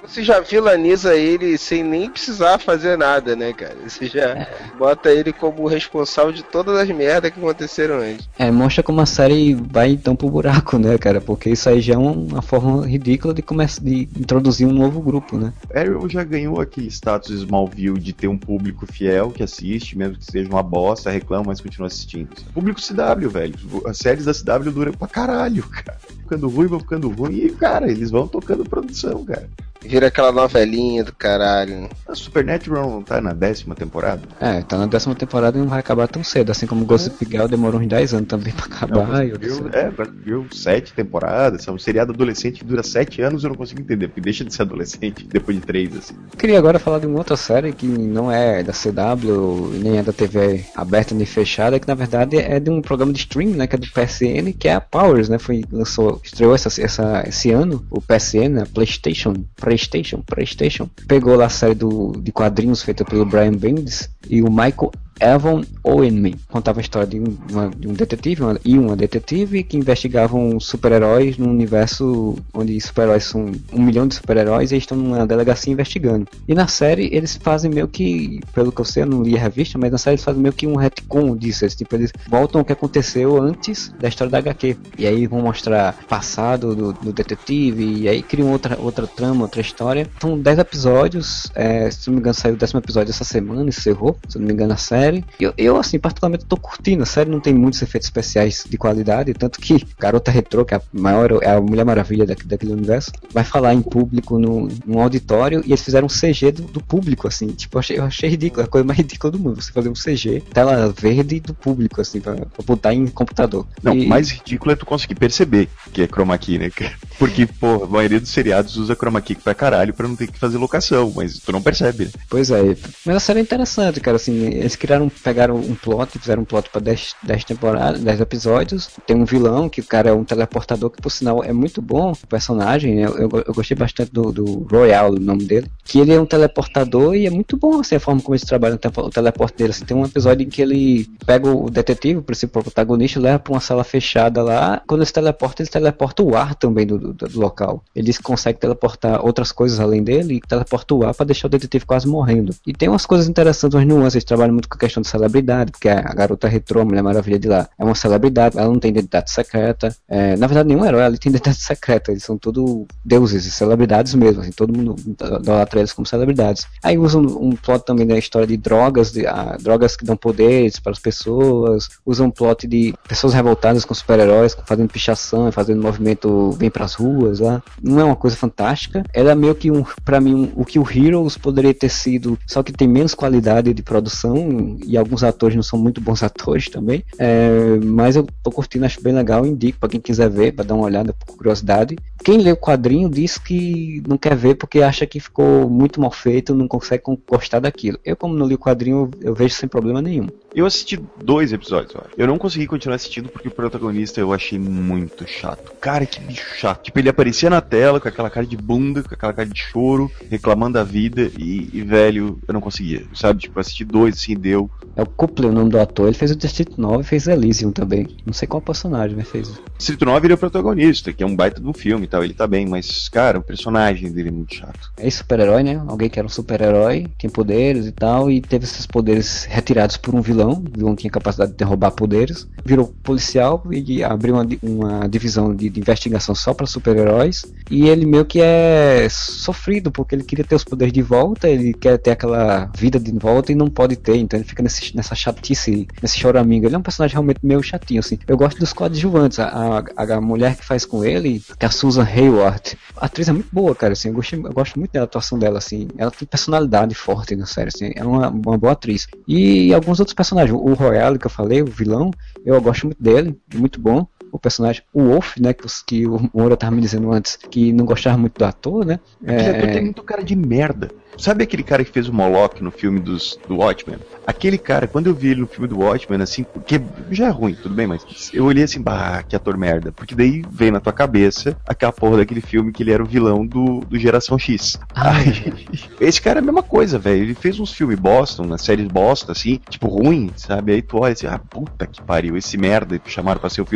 Você já vilaniza ele sem nem precisar fazer nada, né, cara? Você já é. bota ele como responsável de todas as merdas que aconteceram antes. É, mostra como a série vai então pro buraco, né, cara? Porque isso aí já é uma forma ridícula de, começar, de introduzir um novo grupo, né? Arrow já ganhou aquele status Smallville de ter um público fiel que assiste, mesmo que seja uma bosta, reclama, mas continua assistindo. Público C W, velho. As séries da C W duram pra caralho, cara. Ficando ruim, vão ficando ruim e, cara, eles vão tocando produção, cara. Vira aquela novelinha do caralho. A Supernatural não tá na décima temporada? É, tá na décima temporada e não vai acabar tão cedo, assim como Gossip Girl demorou uns dez anos também pra acabar. Não, viu, é, viu sete temporadas, é um seriado adolescente que dura sete anos, eu não consigo entender, porque deixa de ser adolescente depois de três, assim. Queria agora falar de uma outra série que não é da C W, nem é da T V aberta nem fechada, que na verdade é de um programa de streaming, né, que é do P S N, que é a Powers, né, foi, lançou, estreou essa, essa, esse ano, o P S N, a PlayStation, PlayStation, PlayStation, pegou lá a série do, de quadrinhos feita pelo Brian Bendis e o Michael Avon Owenman contava a história de um, uma, de um detetive uma, e uma detetive que investigavam super-heróis num universo onde super-heróis são um milhão de super-heróis e eles estão numa delegacia investigando. E na série eles fazem meio que, pelo que eu sei, eu não li a revista, mas na série eles fazem meio que um retcon disso. Eles, tipo, eles voltam ao que aconteceu antes da história da H Q. E aí vão mostrar o passado do, do detetive e aí criam outra, outra trama, outra história. São dez episódios, é, se não me engano saiu o décimo episódio essa semana, encerrou, se não me engano a série. Eu, eu, assim, particularmente tô curtindo. A série não tem muitos efeitos especiais de qualidade, tanto que Garota Retrô, que é a maior, é a Mulher Maravilha da, daquele universo, vai falar em público no, num auditório e eles fizeram um C G do, do público, assim. Tipo, eu achei, eu achei ridículo, a coisa mais ridícula do mundo. Você fazer um C G, tela verde do público, assim, pra, pra botar em computador. Não, e... mais ridículo é tu conseguir perceber que é chroma key, né? Porque, pô, a maioria dos seriados usa chroma key pra caralho pra não ter que fazer locação, mas tu não percebe, né? Pois é, mas a série é interessante, cara, assim, eles criaram, pegaram um plot, fizeram um plot pra dez temporadas, dez episódios, tem um vilão, que o cara é um teleportador, que por sinal é muito bom, o personagem, eu, eu, eu gostei bastante do, do Royal, o nome dele, que ele é um teleportador e é muito bom, assim, a forma como eles trabalham o teleporte dele, assim, tem um episódio em que ele pega o detetive, o principal protagonista, leva pra uma sala fechada lá, quando ele se teleporta, ele teleporta o ar também do, do, do local, ele consegue teleportar outras coisas além dele, e teleporta o ar pra deixar o detetive quase morrendo, e tem umas coisas interessantes, umas nuances, eles trabalham muito com a questão de celebridade, porque a Garota Retrô, a Mulher Maravilha de lá, é uma celebridade, ela não tem identidade secreta, é, na verdade nenhum herói ela tem identidade secreta, eles são todos deuses e celebridades mesmo, assim, todo mundo idolatra eles como celebridades. Aí usam um, um plot também da história de drogas, de, ah, drogas que dão poderes para as pessoas, usam um plot de pessoas revoltadas com super-heróis, fazendo pichação, fazendo movimento, vem pras ruas lá. Não é uma coisa fantástica, ela é meio que um, pra mim, um, o que o Heroes poderia ter sido, só que tem menos qualidade de produção e alguns atores não são muito bons atores também, é, mas eu tô curtindo, acho bem legal, indico pra quem quiser ver, pra dar uma olhada por curiosidade. Quem lê o quadrinho diz que não quer ver porque acha que ficou muito mal feito, não consegue gostar daquilo. Eu, como não li o quadrinho, eu vejo sem problema nenhum. Eu assisti dois episódios, ó. Eu não consegui continuar assistindo porque o protagonista eu achei muito chato. Cara, que bicho chato. Tipo, ele aparecia na tela com aquela cara de bunda, com aquela cara de choro, reclamando da vida e, e velho, eu não conseguia, sabe? Tipo, assisti dois, assim, deu. É o Copley, o nome do ator. Ele fez o Distrito nove e fez Elysium também. Não sei qual personagem, mas fez. Distrito nove ele é o protagonista, que é um baita do filme e tal, ele tá bem, mas, cara, o personagem dele é muito chato. É super-herói, né? Alguém que era um super-herói, tem poderes e tal, e teve esses poderes retirados por um vilão. O vilão tinha capacidade de derrubar poderes. Virou policial e abriu uma, uma divisão de, de investigação só para super-heróis. E ele meio que é sofrido, porque ele queria ter os poderes de volta, ele quer ter aquela vida de volta e não pode ter, então ele fica nesse, nessa chatice, nesse choramingo. Ele é um personagem realmente meio chatinho, assim. Eu gosto dos coadjuvantes, a, a, a mulher que faz com ele, que é a Susan Hayward. A atriz é muito boa, cara, assim, eu, gostei, eu gosto muito da atuação dela, assim. Ela tem personalidade forte na série, assim, é uma, uma boa atriz. E alguns outros personagens, o Royale que eu falei, o vilão, eu gosto muito dele, muito bom. O personagem, o Wolf, né, que, que o Moura tava me dizendo antes, que não gostava muito do ator, né? Aquele é... ator tem muito cara de merda. Sabe aquele cara que fez o Moloch no filme dos, do Watchmen? Aquele cara, quando eu vi ele no filme do Watchmen, assim, porque já é ruim, tudo bem, mas eu olhei assim, bah, que ator merda. Porque daí veio na tua cabeça aquela porra daquele filme que ele era o vilão do, do Geração X. Ai, esse cara é a mesma coisa, velho. Ele fez uns filmes bosta, umas séries bosta, assim, tipo, ruim, sabe? Aí tu olha assim, ah, puta que pariu, esse merda que chamaram pra ser o vilão da série.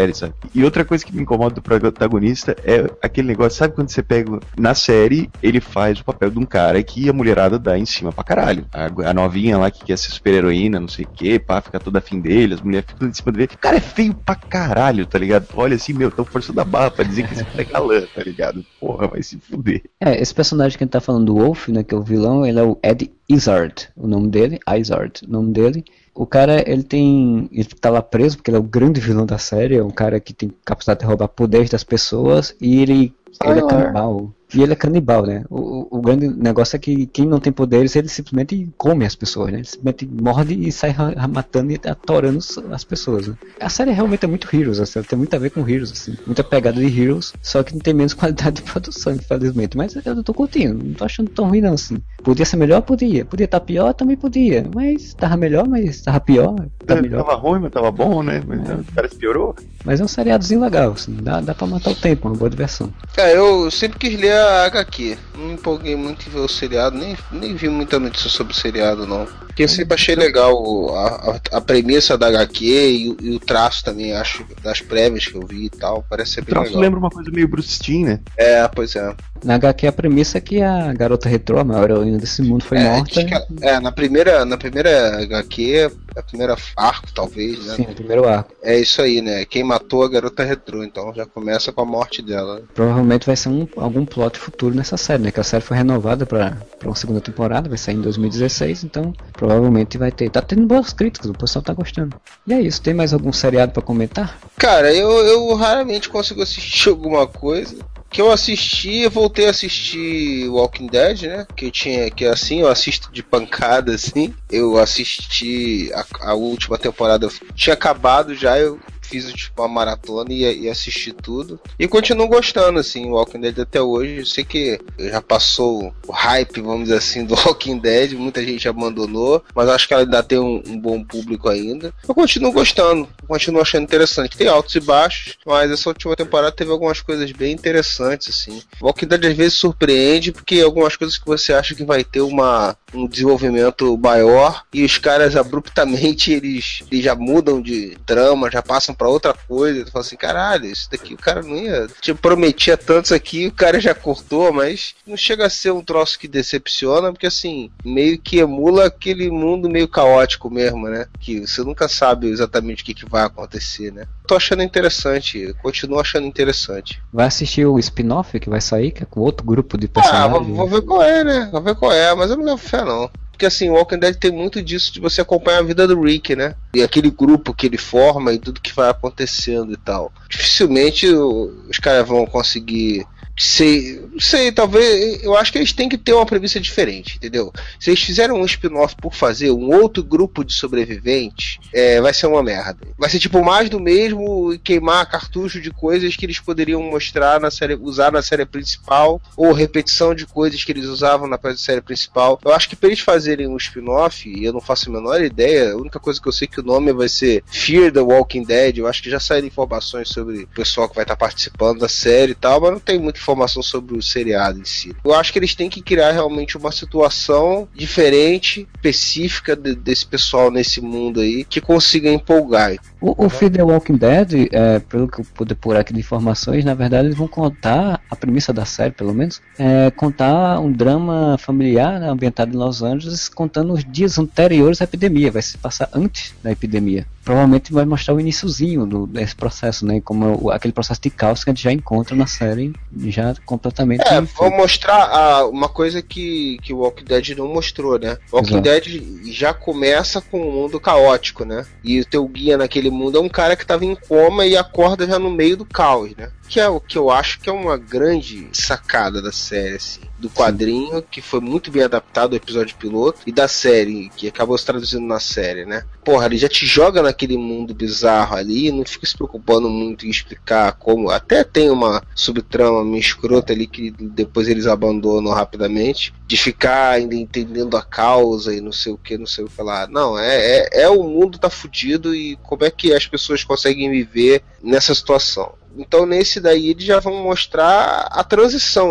série, sabe? E outra coisa que me incomoda do protagonista é aquele negócio, sabe quando você pega na série, ele faz o papel de um cara que a mulherada dá em cima pra caralho. A, a novinha lá que quer ser super-heroína, não sei o que, pá, fica toda afim dele, as mulheres ficam em cima dele. O cara é feio pra caralho, tá ligado? Olha assim, meu, tão forçando a barra pra dizer que esse cara é galã, tá ligado? Porra, vai se fuder. É, esse personagem que a gente tá falando do Wolf, né, que é o vilão, ele é o Ed Izzard, o nome dele, Izzard, o nome dele. O cara, ele tem, ele tá lá preso porque ele é o grande vilão da série, é um cara que tem capacidade de roubar poderes das pessoas e ele, ele é canibal. E ele é canibal, né? O, o, o grande negócio é que quem não tem poderes, ele simplesmente come as pessoas, né? Ele simplesmente morde e sai matando e atorando as pessoas, né? A série realmente é muito Heroes, assim, ela tem muito a ver com Heroes, assim. Muita pegada de Heroes, só que não tem menos qualidade de produção, infelizmente. Mas eu tô curtindo, não tô achando tão ruim não, assim. Podia ser melhor? Podia. Podia estar pior? Também podia. Mas tava melhor, mas tava pior. Tava, melhor. Tava ruim, mas tava bom, né? Mas é. Parece que piorou. Mas é um seriadozinho legal, assim. Dá, dá pra matar o tempo, uma boa diversão. É, eu sempre quis ler a H Q. Não me empolguei muito em ver o seriado, nem, nem vi muita notícia sobre o seriado, não. Porque eu sempre achei legal a, a, a premissa da H Q e, e o traço também, acho, das prévias que eu vi e tal. Parece ser bem legal. O traço lembra uma coisa meio Bruce Timm, né? É, pois é. Na H Q a premissa é que a garota retrô, a maior heroína desse mundo, foi é, morta. Que, é, na primeira, na primeira H Q, a primeira arco, talvez, né? Sim, o primeiro arco. É isso aí, né? Quem matou a garota retrô, então já começa com a morte dela. Provavelmente vai ser um, algum plot futuro nessa série, né? Que a série foi renovada pra, pra uma segunda temporada, vai sair em dois mil e dezesseis, então provavelmente vai ter. Tá tendo boas críticas, o pessoal tá gostando. E é isso, tem mais algum seriado pra comentar? Cara, eu, eu raramente consigo assistir alguma coisa. Que eu assisti, eu voltei a assistir Walking Dead, né? Que eu tinha, que assim, eu assisto de pancada, assim. Eu assisti a, a última temporada, tinha acabado já, eu fiz tipo uma maratona e, e assisti tudo. E continuo gostando, assim, Walking Dead até hoje. Eu sei que já passou o hype, vamos dizer assim, do Walking Dead, muita gente abandonou, mas acho que ela ainda tem um, um bom público ainda. Eu continuo gostando, continuo achando interessante. Tem altos e baixos, mas essa última temporada teve algumas coisas bem interessantes, assim. Walking Dead às vezes surpreende, porque algumas coisas que você acha que vai ter uma, um desenvolvimento maior, e os caras abruptamente, eles, eles já mudam de drama, já passam pra outra coisa. Tu fala assim, caralho, isso daqui o cara não ia, tipo, prometia tantos aqui, o cara já cortou, mas não chega a ser um troço que decepciona, porque assim, meio que emula aquele mundo meio caótico mesmo, né? Que você nunca sabe exatamente o que, que vai acontecer, né? Tô achando interessante, continuo achando interessante. Vai assistir o spin-off que vai sair, que é com outro grupo de personagens? Ah, vou, vou ver qual é, né? Vou ver qual é, mas eu não levo fé não. Porque assim, o Walking Dead tem muito disso de você acompanhar a vida do Rick, né? E aquele grupo que ele forma e tudo que vai acontecendo e tal. Dificilmente os caras vão conseguir... Sei, sei, talvez, eu acho que eles têm que ter uma premissa diferente, entendeu? Se eles fizerem um spin-off por fazer um outro grupo de sobreviventes, é, vai ser uma merda. Vai ser tipo mais do mesmo e queimar cartucho de coisas que eles poderiam mostrar na série, usar na série principal, ou repetição de coisas que eles usavam na série principal. Eu acho que pra eles fazerem um spin-off, e eu não faço a menor ideia, a única coisa que eu sei é que o nome vai ser Fear the Walking Dead. Eu acho que já saíram informações sobre o pessoal que vai estar participando da série e tal, mas não tem muita informação sobre o seriado em si. Eu acho que eles têm que criar realmente uma situação diferente, específica de, desse pessoal nesse mundo aí, que consiga empolgar. O, o Fear the Walking Dead, é, pelo que eu pude por aqui de informações, na verdade eles vão contar, a premissa da série pelo menos, é contar um drama familiar, né, ambientado em Los Angeles, contando os dias anteriores à epidemia, vai se passar antes da epidemia. Provavelmente vai mostrar o iniciozinho do, desse processo, né, como o, aquele processo de caos que a gente já encontra na série, já completamente... É, vão mostrar a, uma coisa que, que o Walking Dead não mostrou, né? O Walking Exato. Dead já começa com um mundo caótico, né? E o teu guia naquele mundo é um cara que estava em coma e acorda já no meio do caos, né? Que é o que eu acho que é uma grande sacada da série, assim. Do quadrinho, que foi muito bem adaptado ao episódio piloto, e da série, que acabou se traduzindo na série, né? Porra, ele já te joga naquele mundo bizarro ali, não fica se preocupando muito em explicar como. Até tem uma subtrama meio escrota ali que depois eles abandonam rapidamente, de ficar ainda entendendo a causa e não sei o que, não sei o que lá. Não, é, é, é o mundo tá fudido e como é que as pessoas conseguem viver nessa situação. Então nesse daí eles já vão mostrar a transição, né?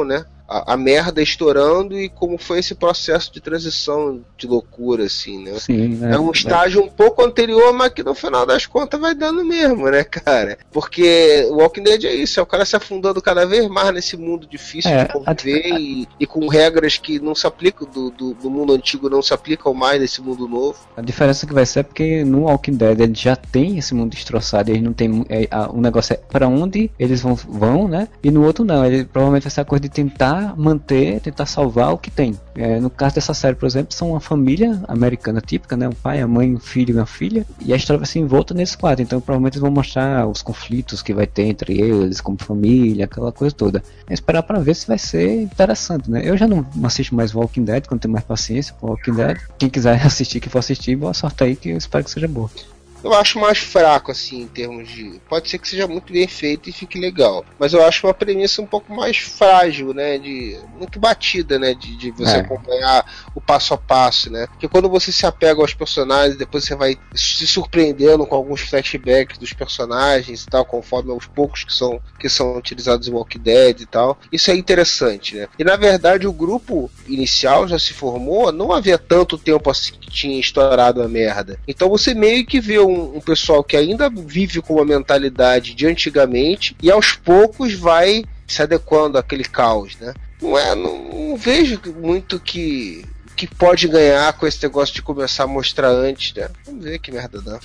a, a merda estourando e como foi esse processo de transição de loucura, assim, né? Sim, é, é um estágio um pouco anterior, mas que no final das contas vai dando mesmo, né, cara? Porque o Walking Dead é isso, é o cara se afundando cada vez mais nesse mundo difícil é, de conviver a... e, e com regras que não se aplicam do, do, do mundo antigo, não se aplicam mais nesse mundo novo. A diferença que vai ser é porque no Walking Dead ele já tem esse mundo destroçado, ele não tem, é, a, o negócio é pra onde eles vão, vão, né? E no outro não, ele provavelmente vai ser a coisa de tentar manter, tentar salvar o que tem. É, no caso dessa série, por exemplo, são uma família americana típica, né? Um pai, a mãe, um filho e uma filha, e a história vai ser envolta nesse quadro, então provavelmente eles vão mostrar os conflitos que vai ter entre eles, como família, aquela coisa toda. É esperar pra ver se vai ser interessante, né? Eu já não assisto mais Walking Dead, quando tenho mais paciência com Walking Dead. Quem quiser assistir, que for assistir, boa sorte aí, que eu espero que seja boa. Eu acho mais fraco, assim, em termos de... Pode ser que seja muito bem feito e fique legal. Mas eu acho uma premissa um pouco mais frágil, né? De... Muito batida, né? De, de você é. acompanhar o passo a passo, né? Porque quando você se apega aos personagens, depois você vai se surpreendendo com alguns flashbacks dos personagens e tal, conforme aos poucos que são, que são utilizados em Walking Dead e tal. Isso é interessante, né? E na verdade o grupo inicial já se formou, não havia tanto tempo assim que tinha estourado a merda. Então você meio que vê um Um, um pessoal que ainda vive com uma mentalidade de antigamente e aos poucos vai se adequando àquele caos, né? Não é, não, não vejo muito que que pode ganhar com esse negócio de começar a mostrar antes, né? Vamos ver que merda dá.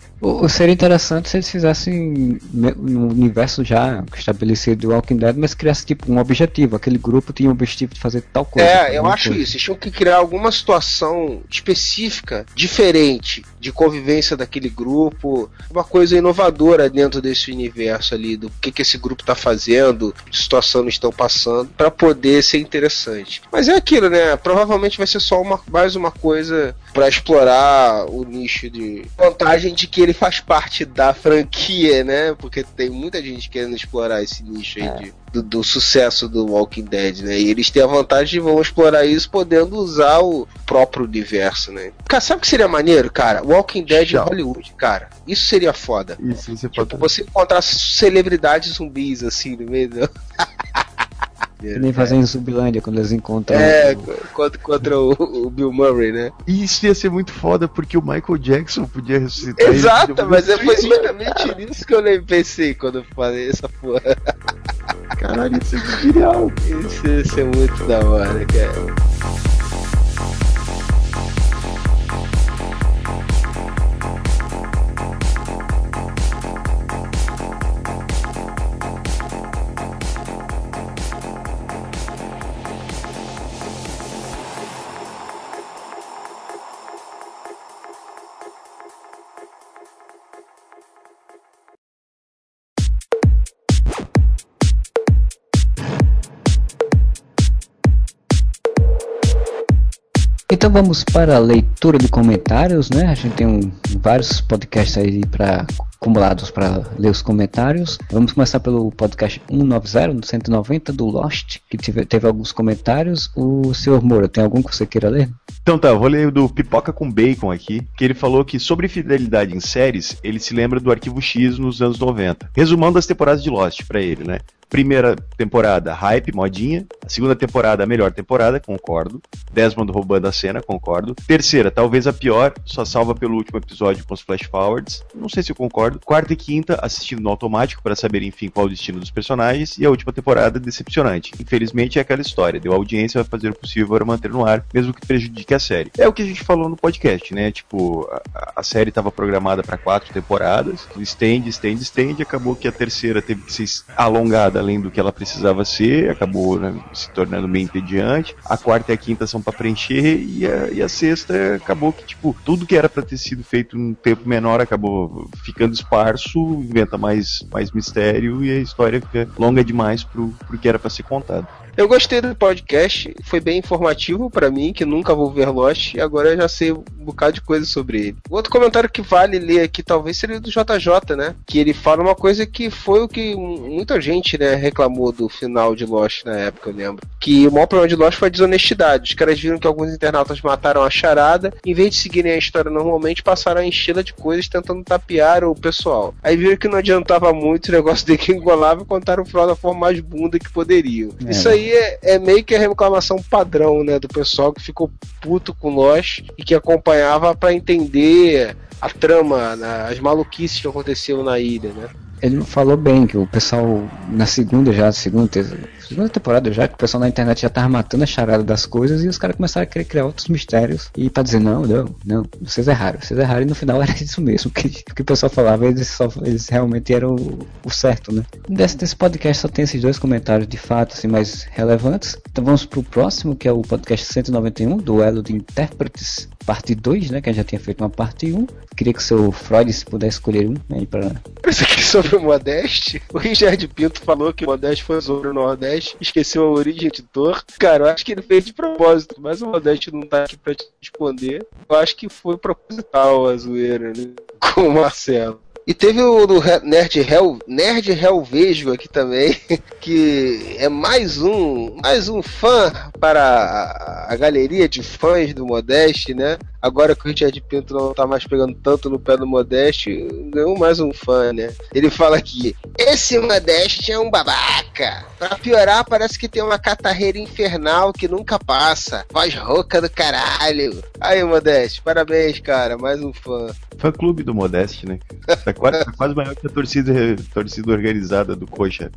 O, seria interessante se eles fizessem no universo já estabelecido do Walking Dead, mas criasse tipo um objetivo. Aquele grupo tinha o objetivo de fazer tal coisa. É, eu acho coisa. isso. Eles tinham que criar alguma situação específica, diferente, de convivência daquele grupo. Uma coisa inovadora dentro desse universo ali, do que, que esse grupo tá fazendo, que situação eles estão passando, para poder ser interessante. Mas é aquilo, né? Provavelmente vai ser só uma, mais uma coisa para explorar o nicho de vantagem de que ele faz parte da franquia, né? Porque tem muita gente querendo explorar esse nicho aí é. de, do, do sucesso do Walking Dead, né? E eles têm a vantagem de vão explorar isso podendo usar o próprio universo, né? Cara, sabe o que seria maneiro, cara? Walking Dead em Hollywood, cara. Isso seria foda. Isso, você tipo, pode... você encontrar celebridades zumbis, assim, no meio do... Que nem fazem em Zumbilândia quando eles encontram. É, o... contra, contra o, o Bill Murray, né? E isso ia ser muito foda porque o Michael Jackson podia ressuscitar. Exato, ele, mas foi justamente nisso que eu nem pensei quando eu falei essa porra. Caralho, isso é genial. Isso ia ser muito da hora, cara. Então vamos para a leitura de comentários, né? A gente tem um, vários podcasts aí para acumulados para ler os comentários. Vamos começar pelo podcast cento e noventa, no cento e noventa do Lost, que teve, teve alguns comentários. O senhor Moura, tem algum que você queira ler? Então tá, eu vou ler o do Pipoca com Bacon aqui, que ele falou que sobre fidelidade em séries, ele se lembra do Arquivo X nos anos noventa. Resumando as temporadas de Lost pra ele, né? Primeira temporada, hype, modinha. A segunda temporada, a melhor temporada, concordo. Desmond roubando a cena, concordo. Terceira, talvez a pior, só salva pelo último episódio com os flash forwards. Não sei se eu concordo. Quarta e quinta, assistindo no automático para saber, enfim, qual o destino dos personagens. E a última temporada, decepcionante. Infelizmente é aquela história. Deu audiência, vai fazer o possível para manter no ar, mesmo que prejudique a série. É o que a gente falou no podcast, né? Tipo, a, a série estava programada para quatro temporadas. Estende, estende, estende. Acabou que a terceira teve que ser alongada além do que ela precisava ser, acabou, né, se tornando bem entediante. A quarta e a quinta são pra preencher e a, e a sexta acabou que, tipo, tudo que era pra ter sido feito num tempo menor acabou ficando esparso, inventa mais, mais mistério e a história fica longa demais pro, pro que era pra ser contado. Eu gostei do podcast, foi bem informativo pra mim, que nunca vou ver Lost, e agora eu já sei um bocado de coisa sobre ele. Outro comentário que vale ler aqui talvez seria do J J, né? Que ele fala uma coisa que foi o que muita gente, né, reclamou do final de Lost na época, eu lembro. Que o maior problema de Lost foi a desonestidade. Os caras viram que alguns internautas mataram a charada, em vez de seguirem a história normalmente, passaram a enchê-la de coisas tentando tapear o pessoal. Aí viram que não adiantava muito, o negócio de que engolava e contaram o final da forma mais bunda que poderiam. É. Isso aí aí é, é meio que a reclamação padrão, né, do pessoal que ficou puto com nós e que acompanhava pra entender a trama, as maluquices que aconteceu na ilha, né? Ele falou bem que o pessoal na segunda já, segunda, terceira, segunda temporada já, que o pessoal na internet já tava matando a charada das coisas e os caras começaram a querer criar outros mistérios e pra dizer, não, não, não, vocês erraram, vocês erraram, e no final era isso mesmo, que, que o pessoal falava, eles, só, eles realmente eram o, o certo, né? Desse, desse podcast só tem esses dois comentários de fato, assim, mais relevantes. Então vamos pro próximo, que é o podcast cento e noventa e um, Duelo de Intérpretes, parte dois, né, que a gente já tinha feito uma parte um. Queria que o seu Freud, se puder escolher um, aí pra... Isso aqui sobre o Modeste, o Richard Pinto falou que o Modeste foi sobre o Nordeste, esqueceu a origem de Thor. Cara, eu acho que ele fez de propósito, mas o Modeste não tá aqui pra te responder. Eu acho que foi proposital a zoeira, né, com o Marcelo. E teve o do Nerd Hell, Nerd Hellvejo aqui também, que é mais um, mais um fã para a, a galeria de fãs do Modeste, né? Agora que o Richard Pinto não tá mais pegando tanto no pé do Modeste, ganhou mais um fã, né? Ele fala aqui, esse Modeste é um babaca. Pra piorar, parece que tem uma catarreira infernal que nunca passa. Voz rouca do caralho. Aí, Modeste, parabéns, cara, mais um fã. Fã clube do Modeste, né? Tá quase, tá quase maior que a torcida, torcida organizada do Coxa.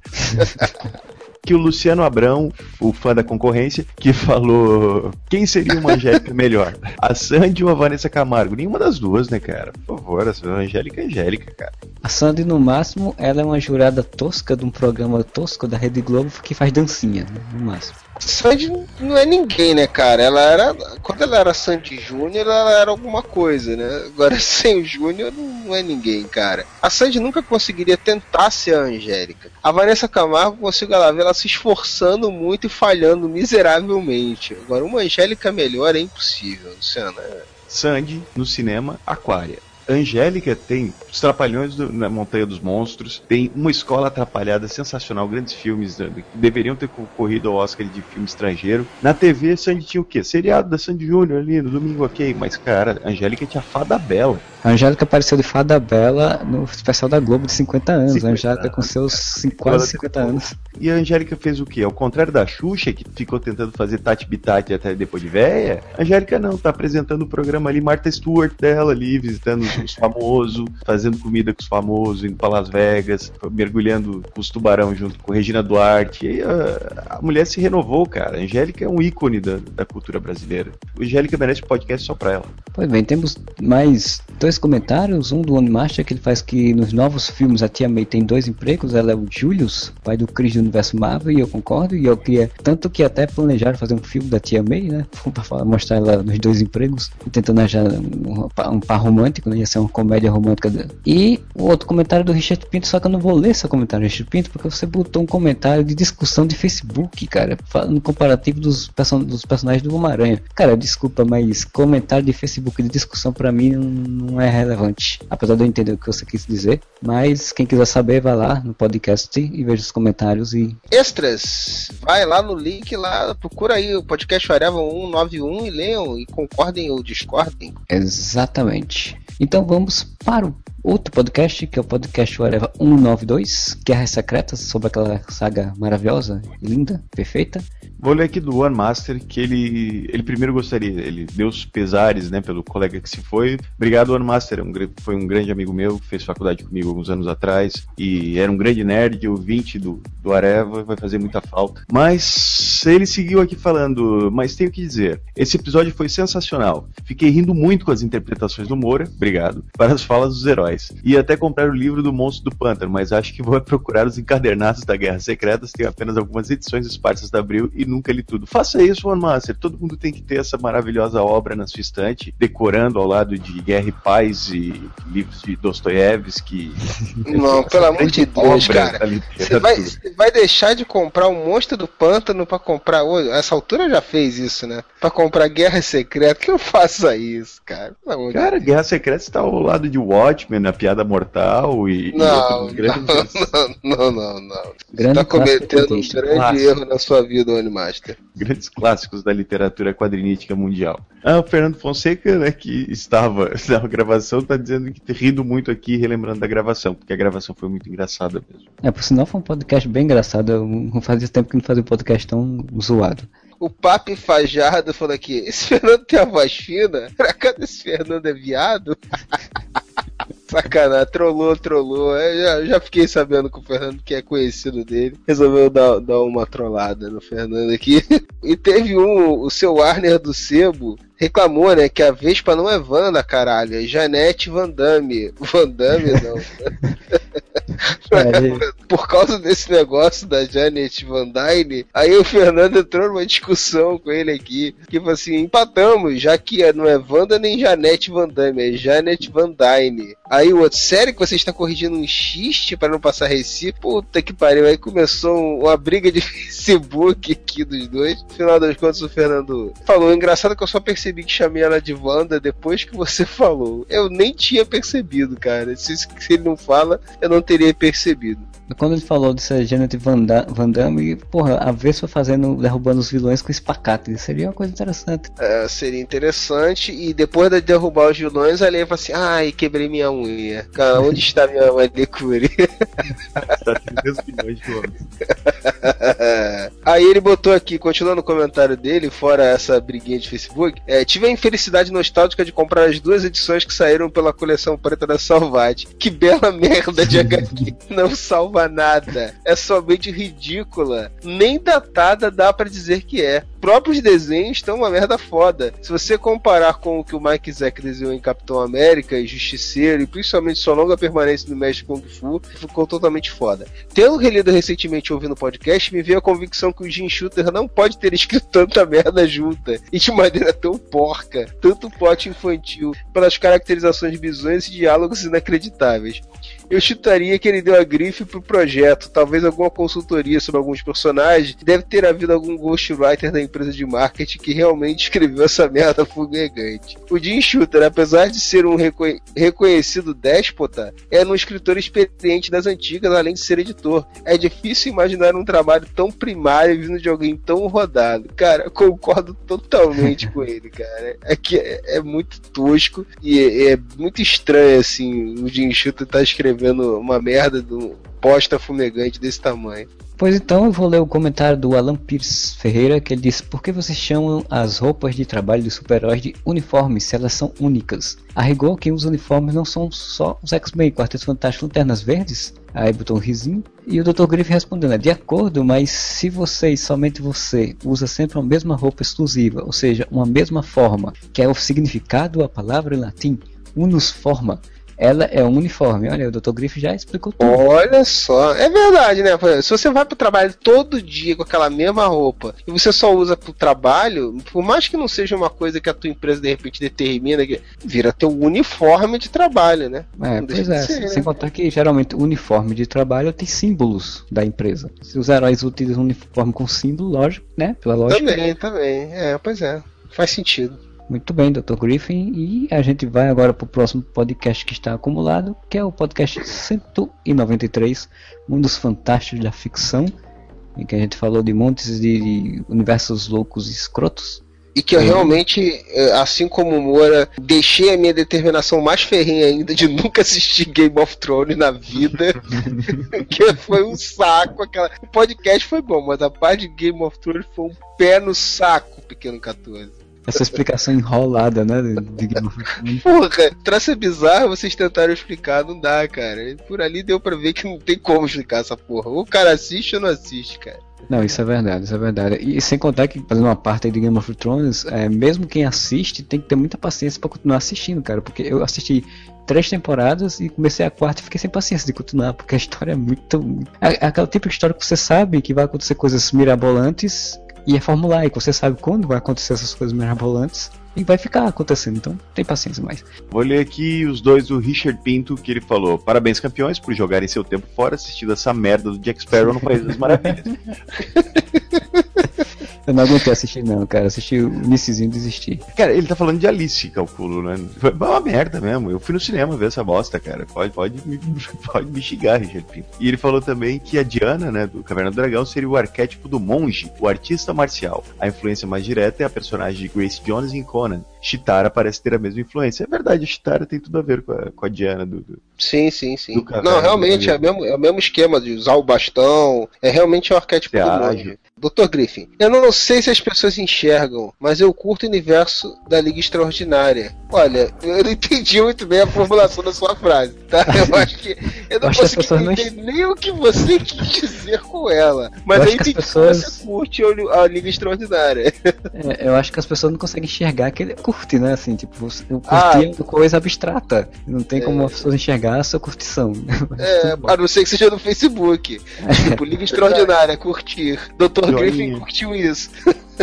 Que o Luciano Abrão, o fã da concorrência, que falou quem seria uma Angélica melhor? A Sandy ou a Vanessa Camargo? Nenhuma das duas, né, cara? Por favor, a Angélica é Angélica, cara. A Sandy, no máximo, ela é uma jurada tosca de um programa tosco da Rede Globo que faz dancinha, né? No máximo. Sandy não é ninguém, né, cara? Ela era. Quando ela era Sandy Júnior, ela era alguma coisa, né? Agora sem o Júnior não é ninguém, cara. A Sandy nunca conseguiria tentar ser a Angélica. A Vanessa Camargo, consigo ela ver ela se esforçando muito e falhando miseravelmente. Agora, uma Angélica melhor é impossível, Luciana. Sandy, no cinema, Aquária. Angélica tem Os Trapalhões do, na Montanha dos Monstros, tem Uma Escola Atrapalhada, sensacional, grandes filmes, né, que deveriam ter concorrido ao Oscar de filme estrangeiro. Na T V, Sandy tinha o quê? Seriado da Sandy Júnior ali, no domingo, ok, mas cara, Angélica tinha Fada Bela. A Angélica apareceu de Fada Bela no especial da Globo de cinquenta anos, cinquenta, a Angélica com seus quase cinquenta anos. E a Angélica fez o quê? Ao contrário da Xuxa, que ficou tentando fazer Tati Bitati até depois de véia, a Angélica não, tá apresentando o programa ali, Martha Stewart dela ali, visitando os, os famosos, fazendo comida com os famosos, indo pra Las Vegas, mergulhando com os tubarão junto com Regina Duarte. E a, a mulher se renovou, cara. A Angélica é um ícone da, da cultura brasileira. A Angélica merece um podcast só pra ela. Pois bem, temos mais dois comentários, um do Onimaster, que ele faz que nos novos filmes a Tia May tem dois empregos, ela é o Julius, pai do Chris do universo Marvel, e eu concordo, e eu queria, tanto que até planejaram fazer um filme da Tia May, né, pra mostrar ela nos dois empregos, tentando achar um, um par romântico, né, ia ser uma comédia romântica dela. E o outro comentário do Richard Pinto, só que eu não vou ler esse comentário, Richard Pinto, porque você botou um comentário de discussão de Facebook, cara, falando comparativo dos, person- dos personagens do Homem-Aranha. Cara, desculpa, mas comentário de Facebook de discussão pra mim não, não é relevante, apesar de eu entender o que você quis dizer, mas quem quiser saber, vai lá no podcast e veja os comentários e... Extras! Vai lá no link, lá, procura aí o podcast Areva cento e noventa e um e leiam e concordem ou discordem. Exatamente. Então vamos para o outro podcast, que é o podcast Areva cento e noventa e dois, Guerras Secretas, sobre aquela saga maravilhosa, linda, perfeita. Vou ler aqui do One Master, que ele, ele primeiro gostaria, ele deu os pesares, né, pelo colega que se foi. Obrigado, One Master, um, foi um grande amigo meu, fez faculdade comigo alguns anos atrás, e era um grande nerd, ouvinte do, do Areva, vai fazer muita falta. Mas ele seguiu aqui falando, mas tenho que dizer, esse episódio foi sensacional. Fiquei rindo muito com as interpretações do Moura, obrigado, para as falas dos heróis. Ia até comprar o livro do Monstro do Pântano, mas acho que vou procurar os encadernados da Guerra Secretas, tenho apenas algumas edições esparsas da Abril e nunca li tudo. Faça isso, One Master. Todo mundo tem que ter essa maravilhosa obra na sua estante, decorando ao lado de Guerra e Paz e livros de Dostoiévski. Não, pelo amor de Deus, cara. Você vai, vai deixar de comprar o Monstro do Pântano pra comprar... Essa altura já fez isso, né? Pra comprar Guerra Secreta. Que não faça isso, cara. Cara, de Guerra Secreta está ao lado de Watchmen, A Piada Mortal e... Não, e outros não, não, não, não, não. Grande Você tá cometendo um grande clássico. erro na sua vida, Animal. Master. Grandes clássicos da literatura quadrinítica mundial. Ah, o Fernando Fonseca, né, que estava na gravação, tá dizendo que tem rido muito aqui, relembrando da gravação, porque a gravação foi muito engraçada mesmo. É, por sinal foi um podcast bem engraçado, eu não fazia tempo que não fazia um podcast tão zoado. O Papi Fajardo falou aqui, esse Fernando tem a voz fina? Pra cá desse Fernando é viado? Sacanagem, trollou, trollou. Eu já, já fiquei sabendo que o Fernando, que é conhecido dele, resolveu dar, dar uma trollada no Fernando aqui. E teve um, o seu Warner do Sebo, reclamou, né, que a Vespa não é Wanda, caralho, é Janete Van Damme. Van Damme, não. É, por causa desse negócio da Janet Van Dyne, aí o Fernando entrou numa discussão com ele aqui, que falou assim, empatamos, já que não é Wanda nem Janete Van Damme, é Janet Van Dyne. Aí o outro, sério que você está corrigindo um xiste para não passar Recife? Puta que pariu, aí começou uma briga de Facebook aqui dos dois. No final das contas o Fernando falou, engraçado que eu só percebi que chamei ela de Wanda depois que você falou. Eu nem tinha percebido, cara, se, se ele não fala, eu não teria percebido. Quando ele falou de ser Janet Van, da- Van Damme, porra, a Vespa fazendo, derrubando os vilões com espacate, seria uma coisa interessante. É, seria interessante, e depois de derrubar os vilões, a Leia fala assim, ai, quebrei minha unha. Cara, onde está minha manicure? Está três milhões de anos. Aí ele botou aqui, continuando o comentário dele, fora essa briguinha de Facebook, é, tive a infelicidade nostálgica de comprar as duas edições que saíram pela coleção preta da Salvat. Que bela merda de H Q. Não salva nada. É somente ridícula. Nem datada dá pra dizer que é. Próprios desenhos estão uma merda foda. Se você comparar com o que o Mike Zeck desenhou em Capitão América e Justiceiro, e principalmente sua longa permanência no Mestre Kung Fu, ficou totalmente foda. Tendo relido recentemente ouvindo o podcast, me veio a convicção que o Jim Shooter não pode ter escrito tanta merda junta, e de maneira tão porca, tanto plot infantil, pelas caracterizações bizonhas e diálogos inacreditáveis. Eu chutaria que ele deu a grife pro projeto, talvez alguma consultoria sobre alguns personagens. Deve ter havido algum ghostwriter da empresa de marketing que realmente escreveu essa merda fumegante. O Jim Shooter, apesar de ser um reconhe- reconhecido déspota, é um escritor experiente das antigas, além de ser editor. É difícil imaginar um trabalho tão primário vindo de alguém tão rodado. Cara, eu concordo totalmente com ele, cara. É que é, é muito tosco e é, é muito estranho, assim, o Jim Shooter tá escrevendo uma merda de um bosta fumegante desse tamanho. Pois então eu vou ler o comentário do Alan Pires Ferreira, que ele disse: por que vocês chamam as roupas de trabalho dos super-heróis de uniformes se elas são únicas? A rigor que os uniformes não são só os X-Men, Quarteto Fantástico, Lanternas Verdes? Aí botou um risinho. E o doutor Griffith respondendo: é de acordo, mas se você, somente você, usa sempre a mesma roupa exclusiva, ou seja, uma mesma forma, que é o significado, a palavra em latim, unus forma, ela é um uniforme. Olha, o doutor Griffith já explicou tudo. Olha só, é verdade, né? Se você vai pro trabalho todo dia com aquela mesma roupa e você só usa pro trabalho, por mais que não seja uma coisa que a tua empresa de repente determina, que vira teu uniforme de trabalho, né? É, Não pois deixa é, de ser, sem né? contar que geralmente o uniforme de trabalho tem símbolos da empresa. Se os heróis utilizam um uniforme com símbolo, lógico, né? Pela lógica. Também, também. É, pois é. Faz sentido. Muito bem, doutor Griffin, e a gente vai agora para o próximo podcast que está acumulado, que é o podcast cento e noventa e três, Mundos Fantásticos da Ficção, em que a gente falou de montes de universos loucos e escrotos. E que eu realmente, assim como o Moura, deixei a minha determinação mais ferrenha ainda de nunca assistir Game of Thrones na vida. Que foi um saco. Aquela... O podcast foi bom, mas a parte de Game of Thrones foi um pé no saco, Pequeno quatorze. Essa explicação enrolada, né? De Game of Thrones. Porra, traça bizarro, vocês tentaram explicar, não dá, cara. Por ali deu pra ver que não tem como explicar essa porra. Ou o cara assiste ou não assiste, cara. Não, isso é verdade, isso é verdade. E sem contar que, fazendo uma parte aí de Game of Thrones, é, mesmo quem assiste tem que ter muita paciência pra continuar assistindo, cara. Porque eu assisti três temporadas e comecei a quarta e fiquei sem paciência de continuar, porque a história é muito... É, é aquele tipo de história que você sabe que vai acontecer coisas mirabolantes e é formular, e que você sabe quando vai acontecer essas coisas mirabolantes e vai ficar acontecendo, então tem paciência mais. Vou ler aqui os dois do Richard Pinto, que ele falou: parabéns, campeões, por jogarem seu tempo fora assistindo essa merda do Jack Sparrow no País das Maravilhas. Eu não aguentei assistir não, cara. Assisti o iniciozinho e desisti. Cara, ele tá falando de Alice, calculo, né? Foi uma merda mesmo. Eu fui no cinema ver essa bosta, cara. Pode, pode, me, pode me xingar, Richard Pinto. E ele falou também que a Diana, né, do Caverna do Dragão, seria o arquétipo do monge, o artista marcial. A influência mais direta é a personagem de Grace Jones em Conan. Chitara parece ter a mesma influência. É verdade, a Chitara tem tudo a ver com a, com a Diana do, do... Sim, sim, sim. Não, realmente é o, mesmo, é o mesmo esquema de usar o bastão. É realmente o arquétipo do monge. doutor Griffin, eu não sei se as pessoas enxergam, mas eu curto o universo da Liga Extraordinária. Olha, eu não entendi muito bem a formulação da sua frase, tá? Eu acho que eu não consegui entender não... nem o que você quis dizer com ela. Mas eu, eu entendi que pessoas... você curte a Liga Extraordinária. É, eu acho que as pessoas não conseguem enxergar que ele curte, né? Assim, tipo, eu curti ah, uma coisa abstrata. Não tem como é... as pessoas enxergar a sua curtição. É, a não ser que seja no Facebook. É. Tipo, Liga Extraordinária, curtir. doutor Griffin curtiu isso.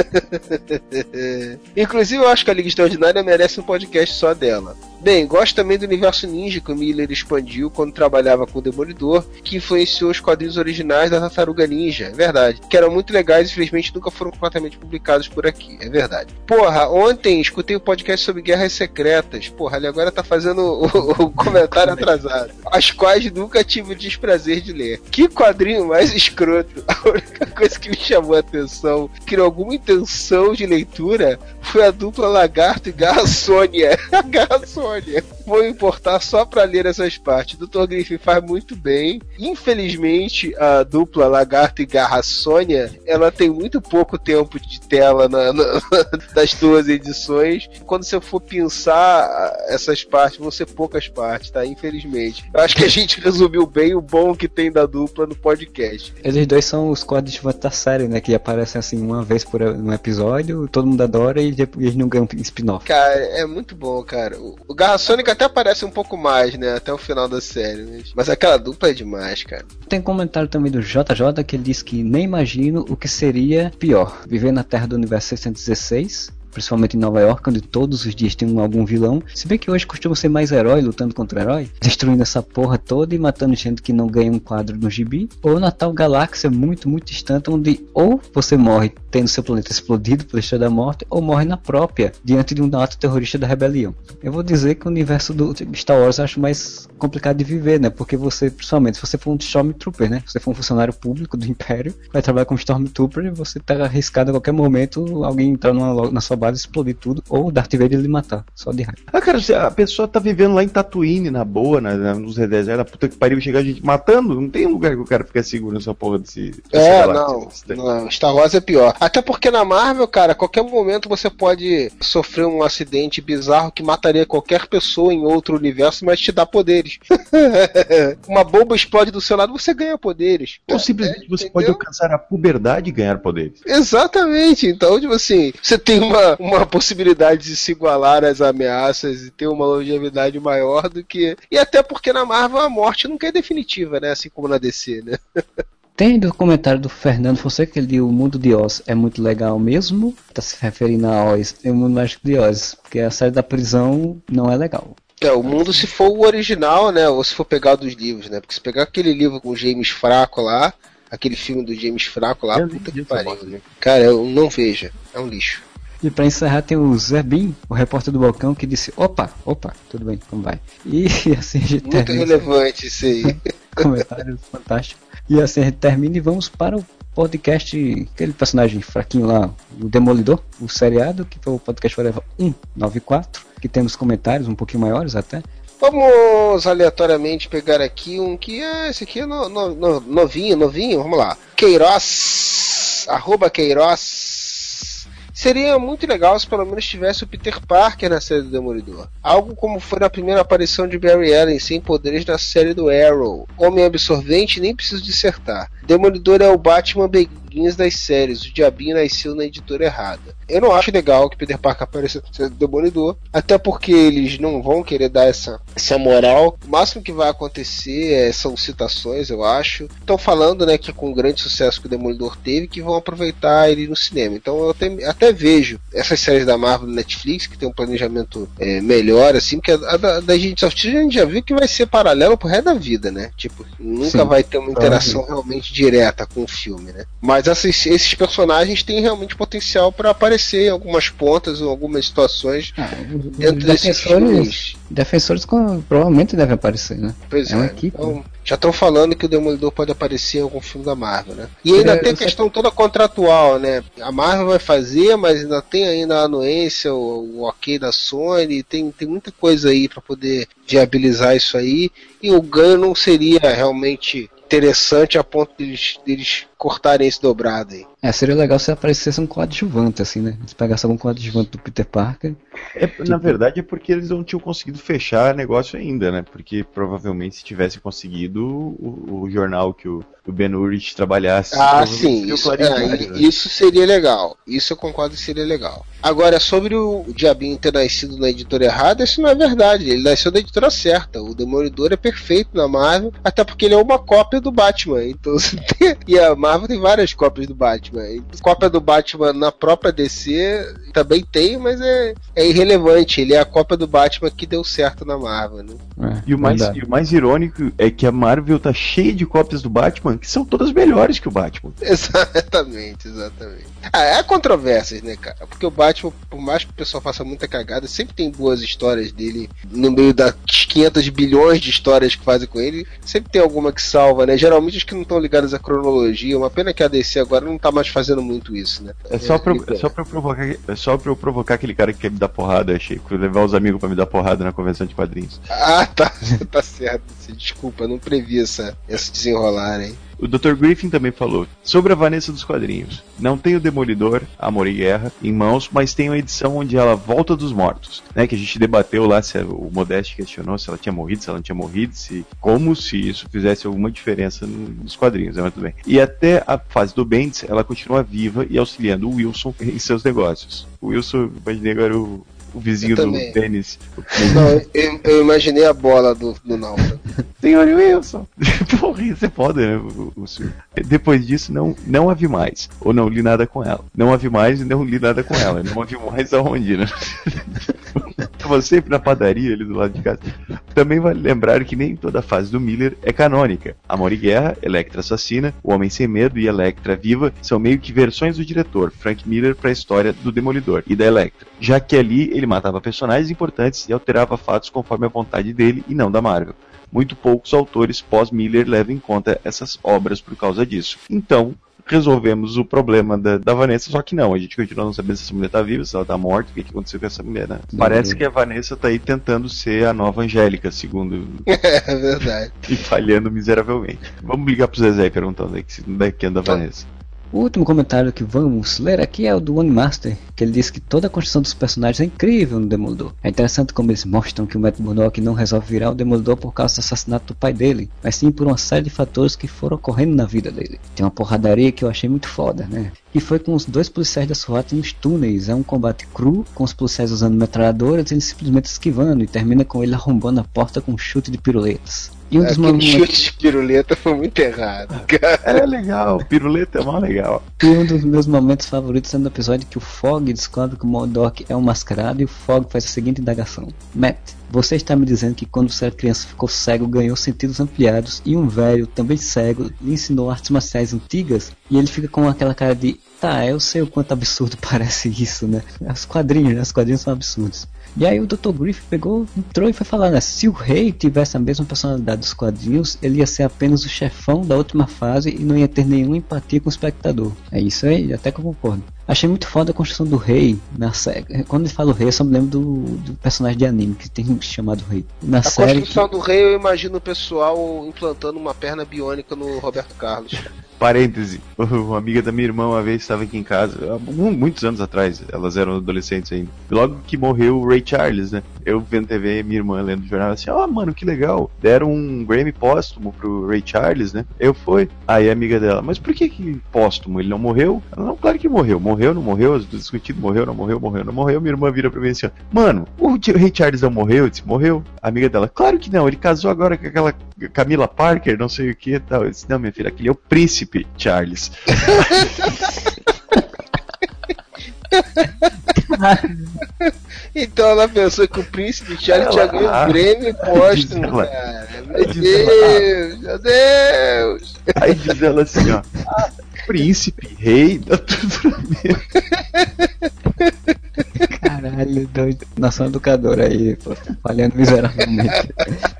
Inclusive, eu acho que a Liga Extraordinária merece um podcast só dela. Bem, gosto também do universo ninja que o Miller expandiu quando trabalhava com o Demolidor, que influenciou os quadrinhos originais da Tartaruga Ninja, é verdade. Que eram muito legais e infelizmente nunca foram completamente publicados por aqui, é verdade. Porra, ontem escutei o um podcast sobre Guerras Secretas. Porra, ele agora tá fazendo o, o comentário atrasado. As quais nunca tive o desprazer de ler. Que quadrinho mais escroto. A única coisa que me chamou a atenção, criou alguma intenção de leitura, foi a dupla Lagarto e Garra Sônia. A Garra Sônia. Vou importar só pra ler essas partes. doutor Griffin faz muito bem. Infelizmente, a dupla Lagarto e Garra Sônia, ela tem muito pouco tempo de tela na, na, das duas edições. Quando você for pensar essas partes, vão ser poucas partes, tá? Infelizmente. Eu acho que a gente resumiu bem o bom que tem da dupla no podcast. Eles dois são os coadjuvantes da série, né? Que aparecem assim uma vez por um episódio, todo mundo adora e eles não ganham spin-off. Cara, é muito bom, cara. O Garra Sônica até aparece um pouco mais, né? Até o final da série. Né? Mas aquela dupla é demais, cara. Tem comentário também do J J que ele diz que nem imagino o que seria pior. Viver na Terra do Universo seiscentos e dezesseis, principalmente em Nova York, onde todos os dias tem um, algum vilão. Se bem que hoje costuma ser mais herói lutando contra herói, destruindo essa porra toda e matando gente que não ganha um quadro no gibi. Ou na tal galáxia muito, muito distante, onde ou você morre tendo seu planeta explodido pela Estrela da Morte, ou morre na própria, diante de um ato terrorista da rebelião. Eu vou dizer que o universo do Star Wars eu acho mais complicado de viver, né? Porque você, principalmente, se você for um Stormtrooper, né? Se você for um funcionário público do Império, vai trabalhar como Stormtrooper e você tá arriscado a qualquer momento alguém entrar numa, na sua base, explodir tudo, ou Darth Vader lhe matar, só de raiva. Ah, cara, a pessoa tá vivendo lá em Tatooine, na boa, na, na, nos desertos, na puta que pariu, chegar a gente matando, não tem um lugar que o cara fica seguro nessa porra desse... É, não, não, Star Wars é pior. Até porque na Marvel, cara, a qualquer momento você pode sofrer um acidente bizarro que mataria qualquer pessoa em outro universo, mas te dá poderes. Uma bomba explode do seu lado, você ganha poderes. Ou simplesmente é, você entendeu? Pode alcançar a puberdade e ganhar poderes. Exatamente, então, tipo assim, você tem uma, uma possibilidade de se igualar às ameaças e ter uma longevidade maior do que... E até porque na Marvel a morte nunca é definitiva, né? Assim como na D C, né? Tem do comentário do Fernando Fonseca que ele diz: o mundo de Oz é muito legal mesmo. Tá se referindo a Oz, é o mundo mágico de Oz, porque a série da prisão não é legal. É, o mundo se for o original, né? Ou se for pegar dos livros, né? Porque se pegar aquele livro com o James Franco lá, aquele filme do James Franco lá, eu puta que pariu. Né? Cara, eu não vejo, é um lixo. E pra encerrar tem o Zerbin, o repórter do balcão, que disse: opa, opa, tudo bem, como vai? E assim a gente Muito termina. Relevante isso aí. Comentário fantástico. E assim a gente termina e vamos para o podcast, aquele personagem fraquinho lá, o Demolidor, o seriado, que foi o podcast Forever cento e noventa e quatro, que temos comentários um pouquinho maiores até. Vamos aleatoriamente pegar aqui um que, ah, esse aqui é no, no, no, novinho, novinho, vamos lá. Queiroz, arroba Queiroz. Seria muito legal se pelo menos tivesse o Peter Parker na série do Demolidor. Algo como foi na primeira aparição de Barry Allen sem poderes na série do Arrow. Homem absorvente, nem preciso dissertar. Demolidor é o Batman Begins das séries. O diabinho nasceu na editora errada. Eu não acho legal que Peter Parker apareça na série do Demolidor. Até porque eles não vão querer dar essa, essa moral. O máximo que vai acontecer é, são citações, eu acho. Estão falando, né, que com o grande sucesso que o Demolidor teve, que vão aproveitar ele no cinema. Então eu até, até vejo essas séries da Marvel na Netflix, que tem um planejamento é, melhor, assim, porque a, a da, da gente a gente já viu que vai ser paralelo pro resto da vida, né? Tipo, nunca Sim. vai ter uma interação realmente direta com o filme, né? Mas Mas esses, esses personagens têm realmente potencial para aparecer em algumas pontas, em algumas situações Ah, dentro desses filmes. Defensores com- provavelmente devem aparecer, né? Pois É é, uma equipe, então, já estão falando que o Demolidor pode aparecer em algum filme da Marvel, né? E ainda É, tem a você- questão toda contratual, né? A Marvel vai fazer, mas ainda tem ainda a anuência, o, o ok da Sony, tem, tem muita coisa aí para poder viabilizar isso aí, e o ganho não seria realmente interessante a ponto deles, deles cortarem esse dobrado aí. É, seria legal se aparecesse um coadjuvante, assim, né? Se pegasse algum coadjuvante do Peter Parker. É, na verdade é porque eles não tinham conseguido fechar negócio ainda, né? Porque provavelmente se tivesse conseguido o, o jornal que o, o Ben Urich trabalhasse. Ah, provavelmente sim, seria o isso, Clarim é, Diário, né? isso seria legal. Isso eu concordo que seria legal. Agora, sobre o Diabinho ter nascido na editora errada, isso não é verdade. Ele nasceu da editora certa. O Demolidor é perfeito na Marvel, até porque ele é uma cópia do Batman. Então, você tem- e a Marvel tem várias cópias do Batman. Então, cópia do Batman na própria D C também tem, mas é, é irrelevante. Ele é a cópia do Batman que deu certo na Marvel, né? É, E o, mais, verdade. e o mais irônico é que a Marvel tá cheia de cópias do Batman que são todas melhores que o Batman. Exatamente, exatamente. Ah, é controvérsias, né, cara? Porque o Batman, por mais que o pessoal faça muita cagada, sempre tem boas histórias dele no meio das quinhentos bilhões de histórias que fazem com ele. Sempre tem alguma que salva, né? Geralmente as que não estão ligadas à cronologia. Uma pena que a D C agora não tá mais fazendo muito isso, né? É só pra, é só pra, eu, provocar, é só pra eu provocar aquele cara que quer me dar porrada, achei. Que levar os amigos pra me dar porrada na convenção de quadrinhos. Ah, tá, tá certo. Desculpa, não previ essa, esse desenrolar, hein? O doutor Griffin também falou sobre a Vanessa dos quadrinhos. Não tem o Demolidor, Amor e Guerra, em mãos, mas tem uma edição onde ela volta dos mortos, né? Que a gente debateu lá se o Modeste questionou se ela tinha morrido, se ela não tinha morrido, se como se isso fizesse alguma diferença no, nos quadrinhos, né? Mas tudo bem. E até a fase do Bendis, ela continua viva e auxiliando o Wilson em seus negócios. O Wilson, imaginei agora o o vizinho do Dennis. Não, eu, eu imaginei a bola do, do Náufrago. Senhor Wilson! Porra, isso é foda, né? O, o, o, depois disso, não, não a vi mais. Ou não li nada com ela. Não a vi mais e não li nada com ela. Não a vi mais aonde, né? Tava sempre na padaria ali do lado de casa. Também vale lembrar que nem toda a fase do Miller é canônica. Amor e Guerra, Elektra Assassina, O Homem Sem Medo e Elektra Viva são meio que versões do diretor, Frank Miller, para a história do Demolidor e da Elektra. Já que ali ele matava personagens importantes e alterava fatos conforme a vontade dele e não da Marvel. Muito poucos autores pós-Miller levam em conta essas obras por causa disso. Então, resolvemos o problema da, da Vanessa, só que não, a gente continua não sabendo se essa mulher tá viva, se ela tá morta, o que, que aconteceu com essa mulher, né? Sim, parece sim. que a Vanessa tá aí tentando ser a nova Angélica, segundo... É verdade. E falhando miseravelmente. Vamos ligar pro Zezé perguntando aí que daqui anda a Vanessa. O último comentário que vamos ler aqui é o do One Master, que ele diz que toda a construção dos personagens é incrível no Demolidor. É interessante como eles mostram que o Matt Murdock não resolve virar o Demolidor por causa do assassinato do pai dele, mas sim por uma série de fatores que foram ocorrendo na vida dele. Tem uma porradaria que eu achei muito foda, né? Que foi com os dois policiais da SWAT nos túneis. É um combate cru, com os policiais usando metralhadoras e eles simplesmente esquivando, e termina com ele arrombando a porta com um chute de piruletas. E um dos Aquele momentos... chute de piruleta foi muito errado, cara. É legal, piruleta é mó legal. E um dos meus momentos favoritos é no episódio que o Fogg descobre que o Modok é um mascarado e o Fogg faz a seguinte indagação: Matt, você está me dizendo que quando você era criança ficou cego, ganhou sentidos ampliados e um velho, também cego, lhe ensinou artes marciais antigas? E ele fica com aquela cara de, tá, eu sei o quanto absurdo parece isso, né? Os quadrinhos, né? Os quadrinhos são absurdos. E aí o doutor Griffith pegou, entrou e foi falar, né? Se o rei tivesse a mesma personalidade dos quadrinhos, ele ia ser apenas o chefão da última fase e não ia ter nenhuma empatia com o espectador. É isso aí, até que eu concordo. Achei muito foda a construção do rei na série. Quando ele fala o rei, eu só me lembro do, do personagem de anime que tem um chamado rei. Na a série construção que... do rei, eu imagino o pessoal implantando uma perna biônica no Roberto Carlos. Parêntese, uma amiga da minha irmã uma vez estava aqui em casa, muitos anos atrás, elas eram adolescentes ainda. Logo que morreu o Ray Charles, né? Eu vendo T V, minha irmã lendo o jornal, assim, ó, oh, mano, que legal, deram um Grammy póstumo pro Ray Charles, né? Eu fui, aí a amiga dela, mas por que que póstumo? Ele não morreu? Ela, não, claro que morreu, morreu, não morreu, discutido, morreu, não morreu, morreu, não morreu. Minha irmã vira pra mim assim, ó, mano, o Ray Charles não morreu? Eu disse, morreu. A amiga dela, claro que não, ele casou agora com aquela Camila Parker, não sei o que e tal. Eu disse, não, minha filha, aquele é o príncipe Charles. Então ela pensou que o príncipe Charles tinha ganho um Grêmio póstumo, cara. Meu Deus, meu Deus. Aí diz ela assim, ó. príncipe, rei, dá tudo na mesma. Caralho, doido. Nossa educadora aí, pô, falhando miseravelmente.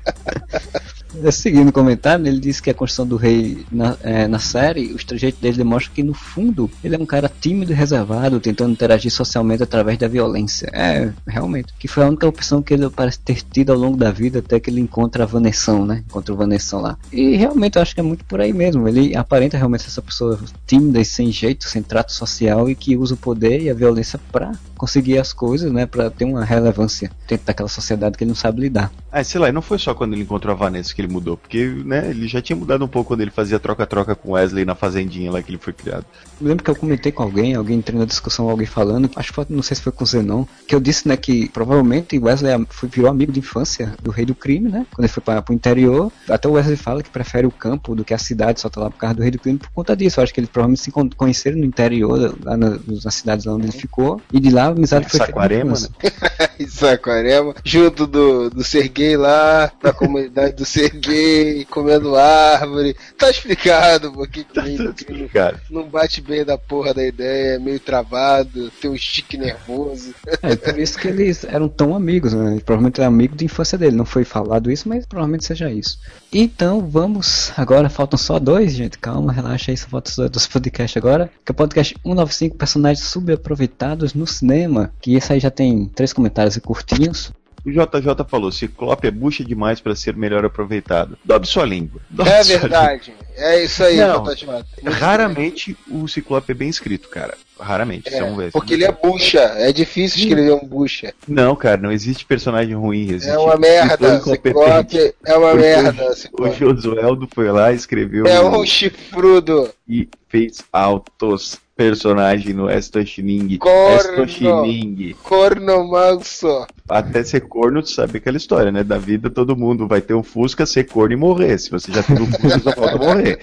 Seguindo o comentário, ele disse que a construção do rei na, é, na série, os trejeitos dele demonstram que no fundo ele é um cara tímido e reservado, tentando interagir socialmente através da violência. É, realmente, que foi a única opção que ele parece ter tido ao longo da vida, até que ele encontra a Vanessão, né? Encontra o Vanessão lá. E realmente eu acho que é muito por aí mesmo. Ele aparenta realmente ser essa pessoa tímida e sem jeito, sem trato social, e que usa o poder e a violência pra conseguir as coisas, né? Pra ter uma relevância dentro daquela sociedade que ele não sabe lidar. Ah, sei lá, e não foi só quando ele encontrou a Vanessa que ele mudou, porque, né, ele já tinha mudado um pouco quando ele fazia troca-troca com Wesley na fazendinha lá que ele foi criado. Eu lembro que eu comentei com alguém, alguém entrou na discussão, alguém falando, acho que foi, não sei se foi com o Zenon, que eu disse, né, que provavelmente Wesley foi, virou amigo de infância do rei do crime, né, quando ele foi para o interior. Até o Wesley fala que prefere o campo do que a cidade, só tá lá por causa do rei do crime por conta disso. Eu acho que eles provavelmente se conheceram no interior, lá na, nas cidades lá onde ele ficou, e de lá a amizade foi Saquarema, né? Saquarema, junto do, do Serguei lá, da comunidade do Serguei, comendo árvore. Tá explicado porque que não, não bate bem da porra da ideia, é meio travado, tem um estique nervoso. É, por isso que eles eram tão amigos, né? Provavelmente é amigo de infância dele, não foi falado isso, mas provavelmente seja isso. Então vamos, agora faltam só dois, gente, calma, relaxa aí, só faltam só dois podcasts agora, que é o podcast cento e noventa e cinco, personagens subaproveitados no cinema, que esse aí já tem três comentários e curtinhos. O J J falou, Ciclope é bucha demais para ser melhor aproveitado. Dobre sua língua. Dobre é sua verdade. Língua. É isso aí, Não, J J. Raramente o Ciclope é bem escrito, cara. Raramente. É, são porque ele é bucha. É difícil escrever um bucha. Não, cara, não existe personagem ruim. Existe é uma merda. Ciclope é uma porque merda. O, o Josueldo foi lá e escreveu... É um chifrudo. E fez altos personagem no Estoshining. Corno. Corno manso. Até ser corno, tu sabe aquela história, né? Da vida todo mundo vai ter um Fusca, ser corno e morrer. Se você já tem um Fusca, só falta morrer.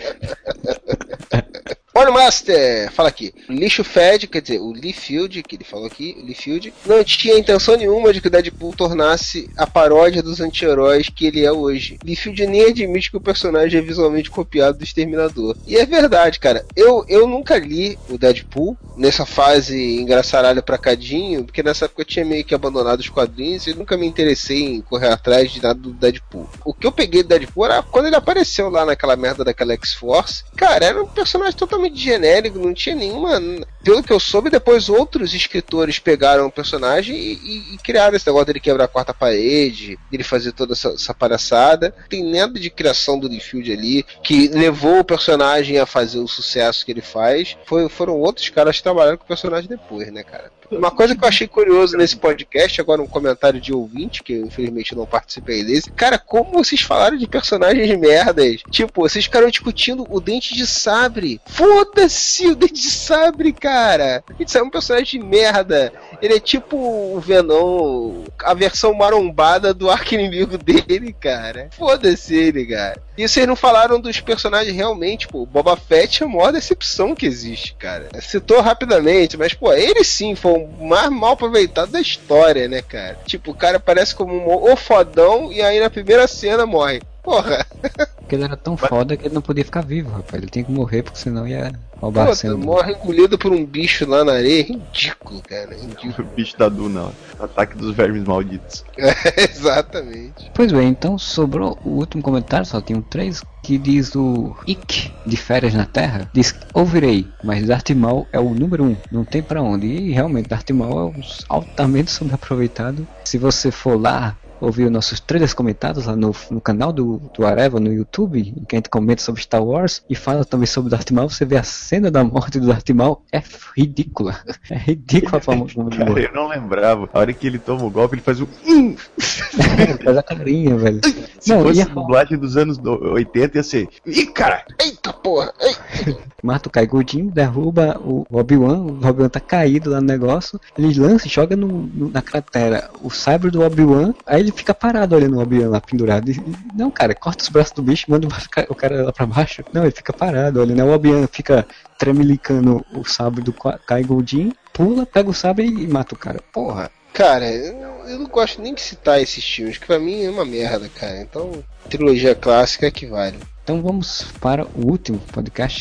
Olha, Master, fala aqui. O Lixo Fed, quer dizer, o Liefeld, que ele falou aqui, o Liefeld, não tinha intenção nenhuma de que o Deadpool tornasse a paródia dos anti-heróis que ele é hoje. Liefeld nem admite que o personagem é visualmente copiado do Exterminador. E é verdade, cara. Eu, eu nunca li o Deadpool nessa fase engraçaralha pra cadinho, porque nessa época eu tinha meio que abandonado os quadrinhos e nunca me interessei em correr atrás de nada do Deadpool. O que eu peguei do Deadpool era quando ele apareceu lá naquela merda daquela X-Force. Cara, era um personagem totalmente genérico, não tinha nenhuma... Pelo que eu soube, depois outros escritores pegaram o personagem e, e, e criaram esse negócio dele quebrar a quarta parede, dele fazer toda essa, essa palhaçada. Tem nada de criação do Liefeld ali, que levou o personagem a fazer o sucesso que ele faz. Foi, foram outros caras que trabalharam com o personagem depois, né, cara? Uma coisa que eu achei curioso nesse podcast, agora um comentário de ouvinte, que eu infelizmente não participei desse. Cara, como vocês falaram de personagens de merdas? Tipo, vocês ficaram discutindo o Dente de Sabre. Foda-se o Dente de Sabre, cara! O Dente de Sabre é um personagem de merda. Ele é tipo o Venom, a versão marombada do arqui-inimigo dele, cara. Foda-se ele, cara. E vocês não falaram dos personagens realmente, pô. O Boba Fett é a maior decepção que existe, cara. Citou rapidamente, mas, pô, ele sim foi o mais mal aproveitado da história, né, cara? Tipo, o cara parece como um o fodão e aí na primeira cena morre. Porra! Porque ele era tão foda que ele não podia ficar vivo, rapaz. Ele tinha que morrer, porque senão ia roubar a cena. Morre engolido por um bicho lá na areia. Ridículo, cara. Ridículo. O bicho da Duna, ó. Ataque dos vermes malditos. É, exatamente. Pois bem, então sobrou o último comentário, só tinham três, que diz o Ick de Férias na Terra. Diz, ouvirei, mas Darth Maul é o número um, não tem pra onde. E realmente, Darth Maul é um altamente subaproveitado. Se você for lá ouvir os nossos trailers comentados lá no, no canal do, do Areva, no YouTube, em que a gente comenta sobre Star Wars e fala também sobre Darth Maul, você vê a cena da morte do Darth Maul, é ridícula. É ridícula a forma como ele morre. Eu não lembrava. A hora que ele toma o golpe, ele faz um... Faz a carinha, velho. Se não, fosse a dublagem dos anos oitenta, ia ser... Ih, cara! Eita porra! Ei. Mata o Kai-Goldin, derruba o Obi-Wan, o Obi-Wan tá caído lá no negócio, ele lança e joga no, no, na cratera o sabre do Obi-Wan, aí ele fica parado olhando o Obi-Wan lá pendurado. E, não, cara, corta os braços do bicho, manda o cara lá pra baixo. Não, ele fica parado olhando, o Obi-Wan fica tremelicando o sabre do Kai-Goldin, pula, pega o sabre e mata o cara. Porra! Cara, eu não gosto nem de citar esses filmes, que pra mim é uma merda, cara. Então, trilogia clássica é que vale. Então vamos para o último podcast,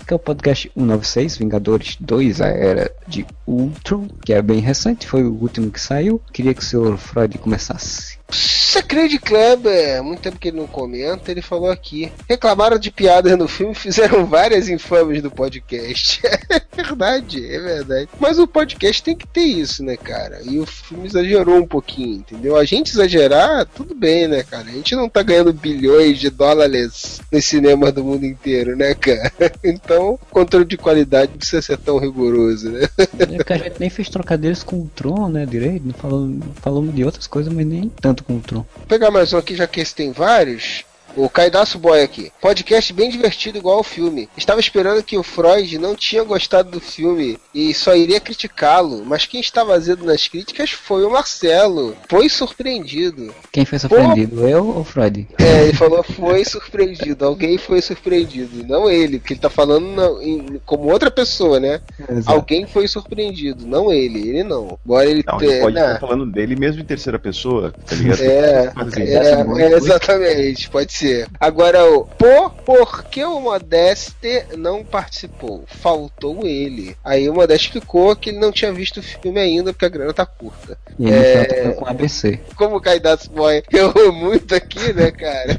que é o podcast cento e noventa e seis, Vingadores dois, a Era de Ultron, que é bem recente, foi o último que saiu. Queria que o senhor Freud começasse. Secret Kleber, muito tempo que ele não comenta, ele falou aqui. Reclamaram de piadas no filme, fizeram várias infames do podcast. É verdade, é verdade. Mas o podcast tem que ter isso, né, cara? E o filme exagerou um pouquinho, entendeu? A gente exagerar, tudo bem, né, cara? A gente não tá ganhando bilhões de dólares nos cinemas do mundo inteiro, né, cara? Então, o controle de qualidade não precisa ser tão rigoroso, né? É que a gente nem fez trocadilhos com o Tron, né, direito? Não falamos, falamos de outras coisas, mas nem tanto com o Tron. Vou pegar mais um aqui, já que esse tem vários. O Caidaço Boy aqui. Podcast bem divertido igual ao filme. Estava esperando que o Freud não tinha gostado do filme e só iria criticá-lo, mas quem estava azedo nas críticas foi o Marcelo. Foi surpreendido. Quem foi surpreendido? Pô, eu ou o Freud? É, ele falou foi surpreendido. Alguém foi surpreendido. Não ele, porque ele tá falando não, em, como outra pessoa, né? Exato. Alguém foi surpreendido. Não ele, ele não. Agora ele, não, te, ele pode né? estar falando dele mesmo em terceira pessoa, tá ligado? É, é, é, exatamente, pode ser. Agora, o por, por que o Modeste não participou? Faltou ele. Aí o Modeste explicou que ele não tinha visto o filme ainda porque a grana tá curta. E ele é... tá com A B C. Como o Kaidatsu Boy errou muito aqui, né, cara?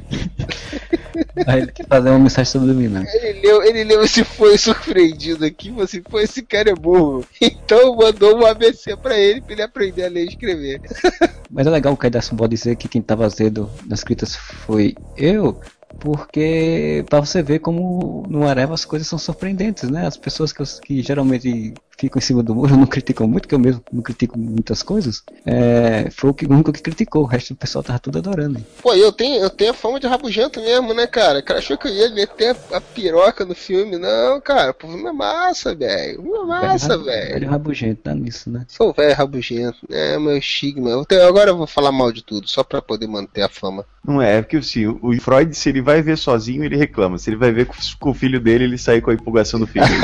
Aí ele quer fazer uma mensagem subliminar. Ele leu, ele leu se foi surpreendido aqui, falou assim, pô, esse cara é burro. Então mandou um A B C pra ele, pra ele aprender a ler e escrever. Mas é legal o Kaidatsu Boy dizer que quem tava azedo nas críticas foi eu, porque pra você ver como no Areva as coisas são surpreendentes, né? As pessoas que, que geralmente ficam em cima do muro não criticam muito, que eu mesmo não critico muitas coisas, é, foi o, que, o único que criticou, o resto do pessoal tava tudo adorando. Hein? Pô, eu tenho, eu tenho a fama de rabugento mesmo, né, cara? O cara achou que eu ia meter a, a piroca no filme. Não, cara, o filme é massa, velho. O filme é massa, velho. Velho rabugento, tá nisso, né? Sou velho rabugento, é meu estigma. Eu tenho, agora eu vou falar mal de tudo, só pra poder manter a fama. Não é, é porque assim, o Freud, se ele vai ver sozinho, ele reclama. Se ele vai ver com, com o filho dele, ele sai com a empolgação do filho.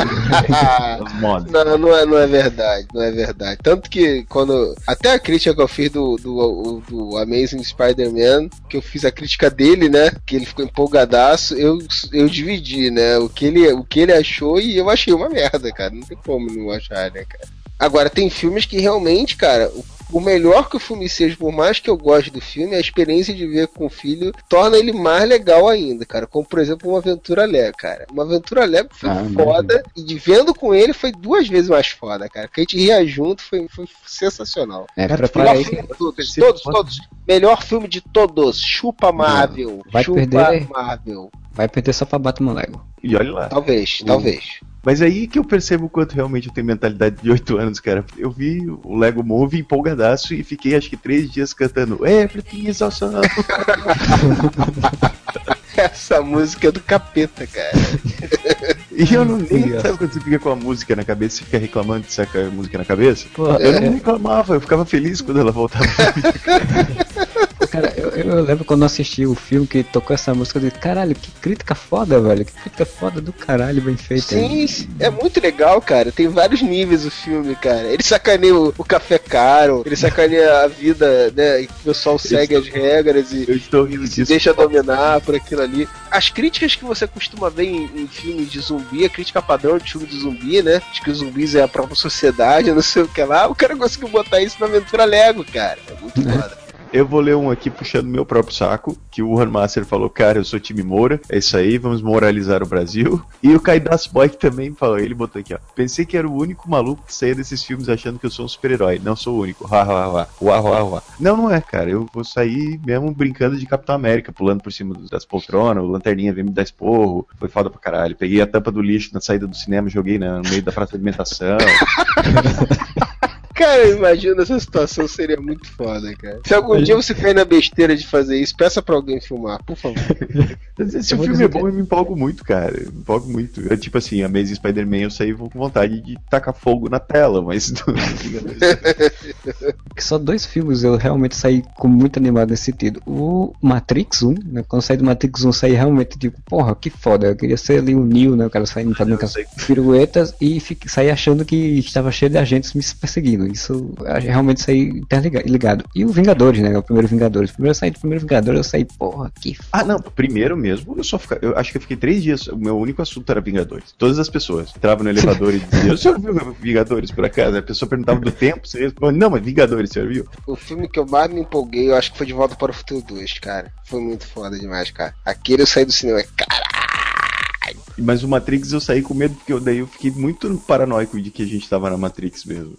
Não, não é, não é verdade, não é verdade. Tanto que quando. Até a crítica que eu fiz do, do, do Amazing Spider-Man, que eu fiz a crítica dele, né? Que ele ficou empolgadaço, eu, eu dividi, né? O que, ele, o que ele achou e eu achei uma merda, cara. Não tem como não achar, né, cara? Agora, tem filmes que realmente, cara, o melhor que o filme seja, por mais que eu goste do filme, a experiência de ver com o filho torna ele mais legal ainda, cara. Como, por exemplo, Uma Aventura Lego, cara. Uma Aventura Lego foi ah, foda, e de vendo com ele foi duas vezes mais foda, cara. Que a gente ria junto, foi, foi sensacional. É, cara, pra melhor filme de todos, todos, todos. Melhor filme de todos. Chupa Marvel. Vai Chupa perder, Marvel. Vai perder só pra Batman Lego. E olha lá. Talvez, hum. talvez. Mas aí que eu percebo o quanto realmente eu tenho mentalidade de oito anos, cara. Eu vi o Lego Movie empolgadaço e fiquei acho que três dias cantando Everything is awesome. Essa música é do capeta, cara. E eu não nem sabe quando você fica com a música na cabeça, você fica reclamando de sacar a música na cabeça? Pô, eu é... não reclamava, eu ficava feliz quando ela voltava. Cara, eu, eu lembro quando eu assisti o filme que tocou essa música, eu disse, caralho, que crítica foda, velho. Que crítica foda do caralho, bem feita. Sim, é muito legal, cara. Tem vários níveis o filme, cara. Ele sacaneia o, o café caro, ele sacaneia a vida, né? E o pessoal segue as regras e, eu estou rindo se disso. deixa dominar por aquilo ali. As críticas que você costuma ver em, em filmes de zumbi, a crítica padrão de filme de zumbi, né? De que os zumbis é a própria sociedade, não sei o que lá. O cara conseguiu botar isso na Aventura Lego, cara. É muito foda. Eu vou ler um aqui puxando meu próprio saco, que o Warren Master falou, cara, eu sou time Moura, é isso aí, vamos moralizar o Brasil. E o Kaidatsu Boy que também falou, ele botou aqui, ó, pensei que era o único maluco que saía desses filmes achando que eu sou um super-herói, não sou o único, ha, ha, ha, ha, ha, ha. Não, não é, cara, eu vou sair mesmo brincando de Capitão América, pulando por cima das poltronas, o Lanterninha veio me dar esporro, foi foda pra caralho, peguei a tampa do lixo na saída do cinema, joguei no meio da praça de alimentação. Cara, imagina essa situação, seria muito foda, cara. Se algum dia você cair na besteira de fazer isso, peça pra alguém filmar, por favor. Se o filme é bom, eu me empolgo muito, cara. Eu me empolgo muito. Eu, tipo assim, Amazing Spider-Man eu saí com vontade de tacar fogo na tela, mas... Só dois filmes eu realmente saí com muito animado nesse sentido. O Matrix um, né? Quando eu saí do Matrix um, eu saí realmente tipo, porra, que foda. Eu queria ser ali o Neo, né? O cara saindo fazendo aquelas piruetas e fiquei, saí achando que estava cheio de agentes me perseguindo. Isso, realmente isso aí interligado. E o Vingadores, né? O primeiro Vingadores. Primeiro eu saí do primeiro Vingadores, eu saí, porra, que f... Ah, não, primeiro mesmo, eu só fica, eu acho que eu fiquei três dias, o meu único assunto era Vingadores. Todas as pessoas entravam no elevador e diziam, o senhor viu Vingadores por acaso? A pessoa perguntava do tempo, você responde, não, mas Vingadores, o senhor viu? O filme que eu mais me empolguei, eu acho que foi De Volta para o Futuro dois, cara. Foi muito foda demais, cara. Aquele eu saí do cinema, caralho. Mas o Matrix eu saí com medo, porque eu, daí eu fiquei muito paranoico de que a gente tava na Matrix mesmo.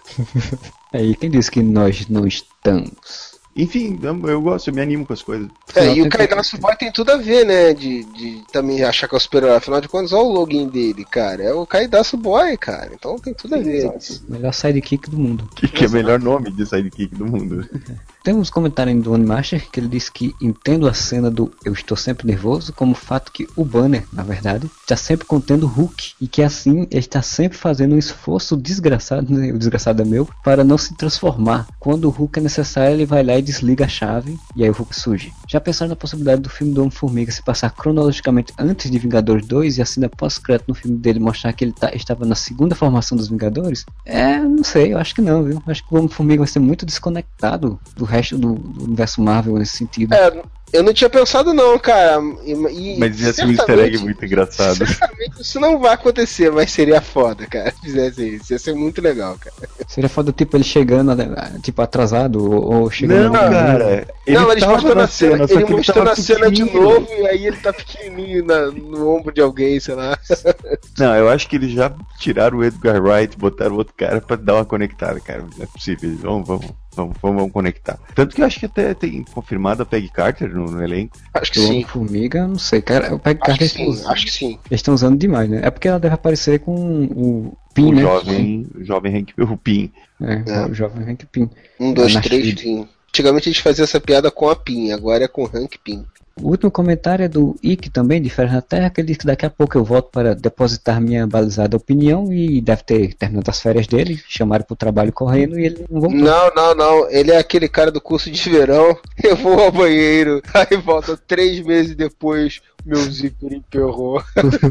Aí, quem disse que nós não estamos? Enfim, eu, eu gosto, eu me animo com as coisas. É, e o Kaidaço Boy tem tudo a ver, né? De, de também achar que é o super-herói. Afinal de contas, olha o login dele, cara. É o Kaidaço Boy, cara. Então tem tudo a ver. Melhor sidekick do mundo. Que, que é o melhor nome de sidekick do mundo. Tem uns comentários do Animaster que ele disse que entendo a cena do eu estou sempre nervoso como o fato que o Banner, na verdade, está sempre contendo o Hulk. E que assim ele está sempre fazendo um esforço desgraçado, né, o desgraçado é meu, para não se transformar. Quando o Hulk é necessário, ele vai lá e desliga a chave e aí o Hulk surge. Já pensaram na possibilidade do filme do Homem-Formiga se passar cronologicamente antes de Vingadores dois e assim na pós-crédito no filme dele mostrar que ele tá, estava na segunda formação dos Vingadores? É, não sei, eu acho que não, viu? Acho que o Homem-Formiga vai ser muito desconectado do resto do, do universo Marvel nesse sentido. É, eu não tinha pensado não, cara. E, e mas ia ser um easter egg muito engraçado. Certamente isso não vai acontecer, mas seria foda, cara. Se fizesse isso, ia ser muito legal, cara. Seria foda, tipo, ele chegando, tipo, atrasado, ou, ou chegando... Não, cara. Ele não, eles mostrando a cena, ele ele mostrando a cena de novo, e aí ele tá pequenininho na, no ombro de alguém, sei lá. Não, eu acho que eles já tiraram o Edgar Wright, botaram outro cara pra dar uma conectada, cara. Não é possível. Vamos, vamos. Vamos, vamos conectar. Tanto que eu acho que até tem confirmado a Peggy Carter no, no elenco. Acho que o sim. Formiga, não sei, cara. O Peggy acho Carter que sim, usando, acho que sim. Eles estão usando demais, né? É porque ela deve aparecer com o o Pin, né? Jovem, o jovem Hank, o Pin. É, é, o jovem Hank Pym. Um, dois, três, Pin. Antigamente a gente fazia essa piada com a Pin, agora é com o Hank Pym. O último comentário é do Ike também, de Férias na Terra, que ele disse que daqui a pouco eu volto para depositar minha balizada opinião e deve ter terminado as férias dele, chamaram pro trabalho correndo e ele não voltou. Não, não, não, ele é aquele cara do curso de verão, eu vou ao banheiro, aí volta três meses depois, meu zíper emperrou.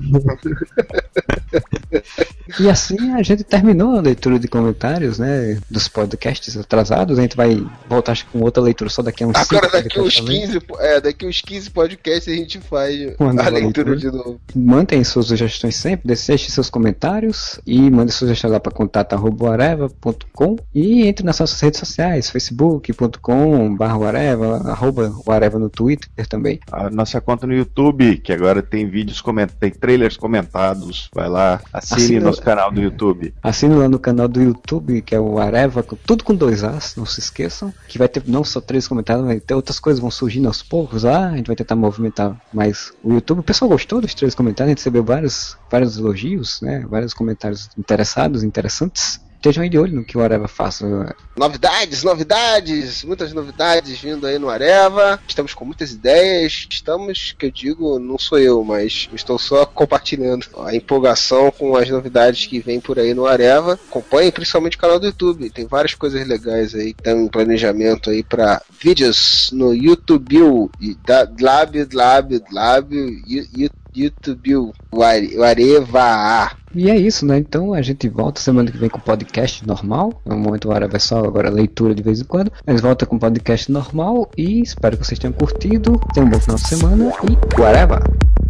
E assim a gente terminou a leitura de comentários, né, dos podcasts atrasados. A gente vai voltar acho, com outra leitura só daqui a uns Agora daqui uns quinze, é, daqui uns quinze podcasts a gente faz a leitura, leitura de novo. Mantém suas sugestões sempre, deixe seus comentários e mande sugestões lá para contato arroba areva ponto com e entre nas nossas redes sociais, facebook ponto com barra areva, arroba areva no Twitter também. A nossa conta no YouTube, que agora tem vídeos comentados, tem trailers comentados, vai lá, assine Assina, nosso canal do YouTube. Assine lá no canal do YouTube, que é o Areva, tudo com dois As, não se esqueçam, que vai ter não só três comentários, vai ter outras coisas vão surgindo aos poucos lá, a gente vai tentar movimentar mais o YouTube. O pessoal gostou dos três comentários, a gente recebeu vários, vários elogios, né, vários comentários interessados, interessantes. Estejam aí de olho no que o Areva faça. Novidades, novidades, muitas novidades vindo aí no Areva. Estamos com muitas ideias. Estamos, que eu digo, não sou eu, mas estou só compartilhando a empolgação com as novidades que vem por aí no Areva. Acompanhem principalmente o canal do YouTube. Tem várias coisas legais aí. Tem um planejamento aí para vídeos no YouTube. Lab, lab, lab, YouTube, o Areva. E é isso, né? Então a gente volta semana que vem com o podcast normal. No momento o Areva é só agora leitura de vez em quando. Mas volta com o podcast normal e espero que vocês tenham curtido. Tenham um bom final de semana e o Areva!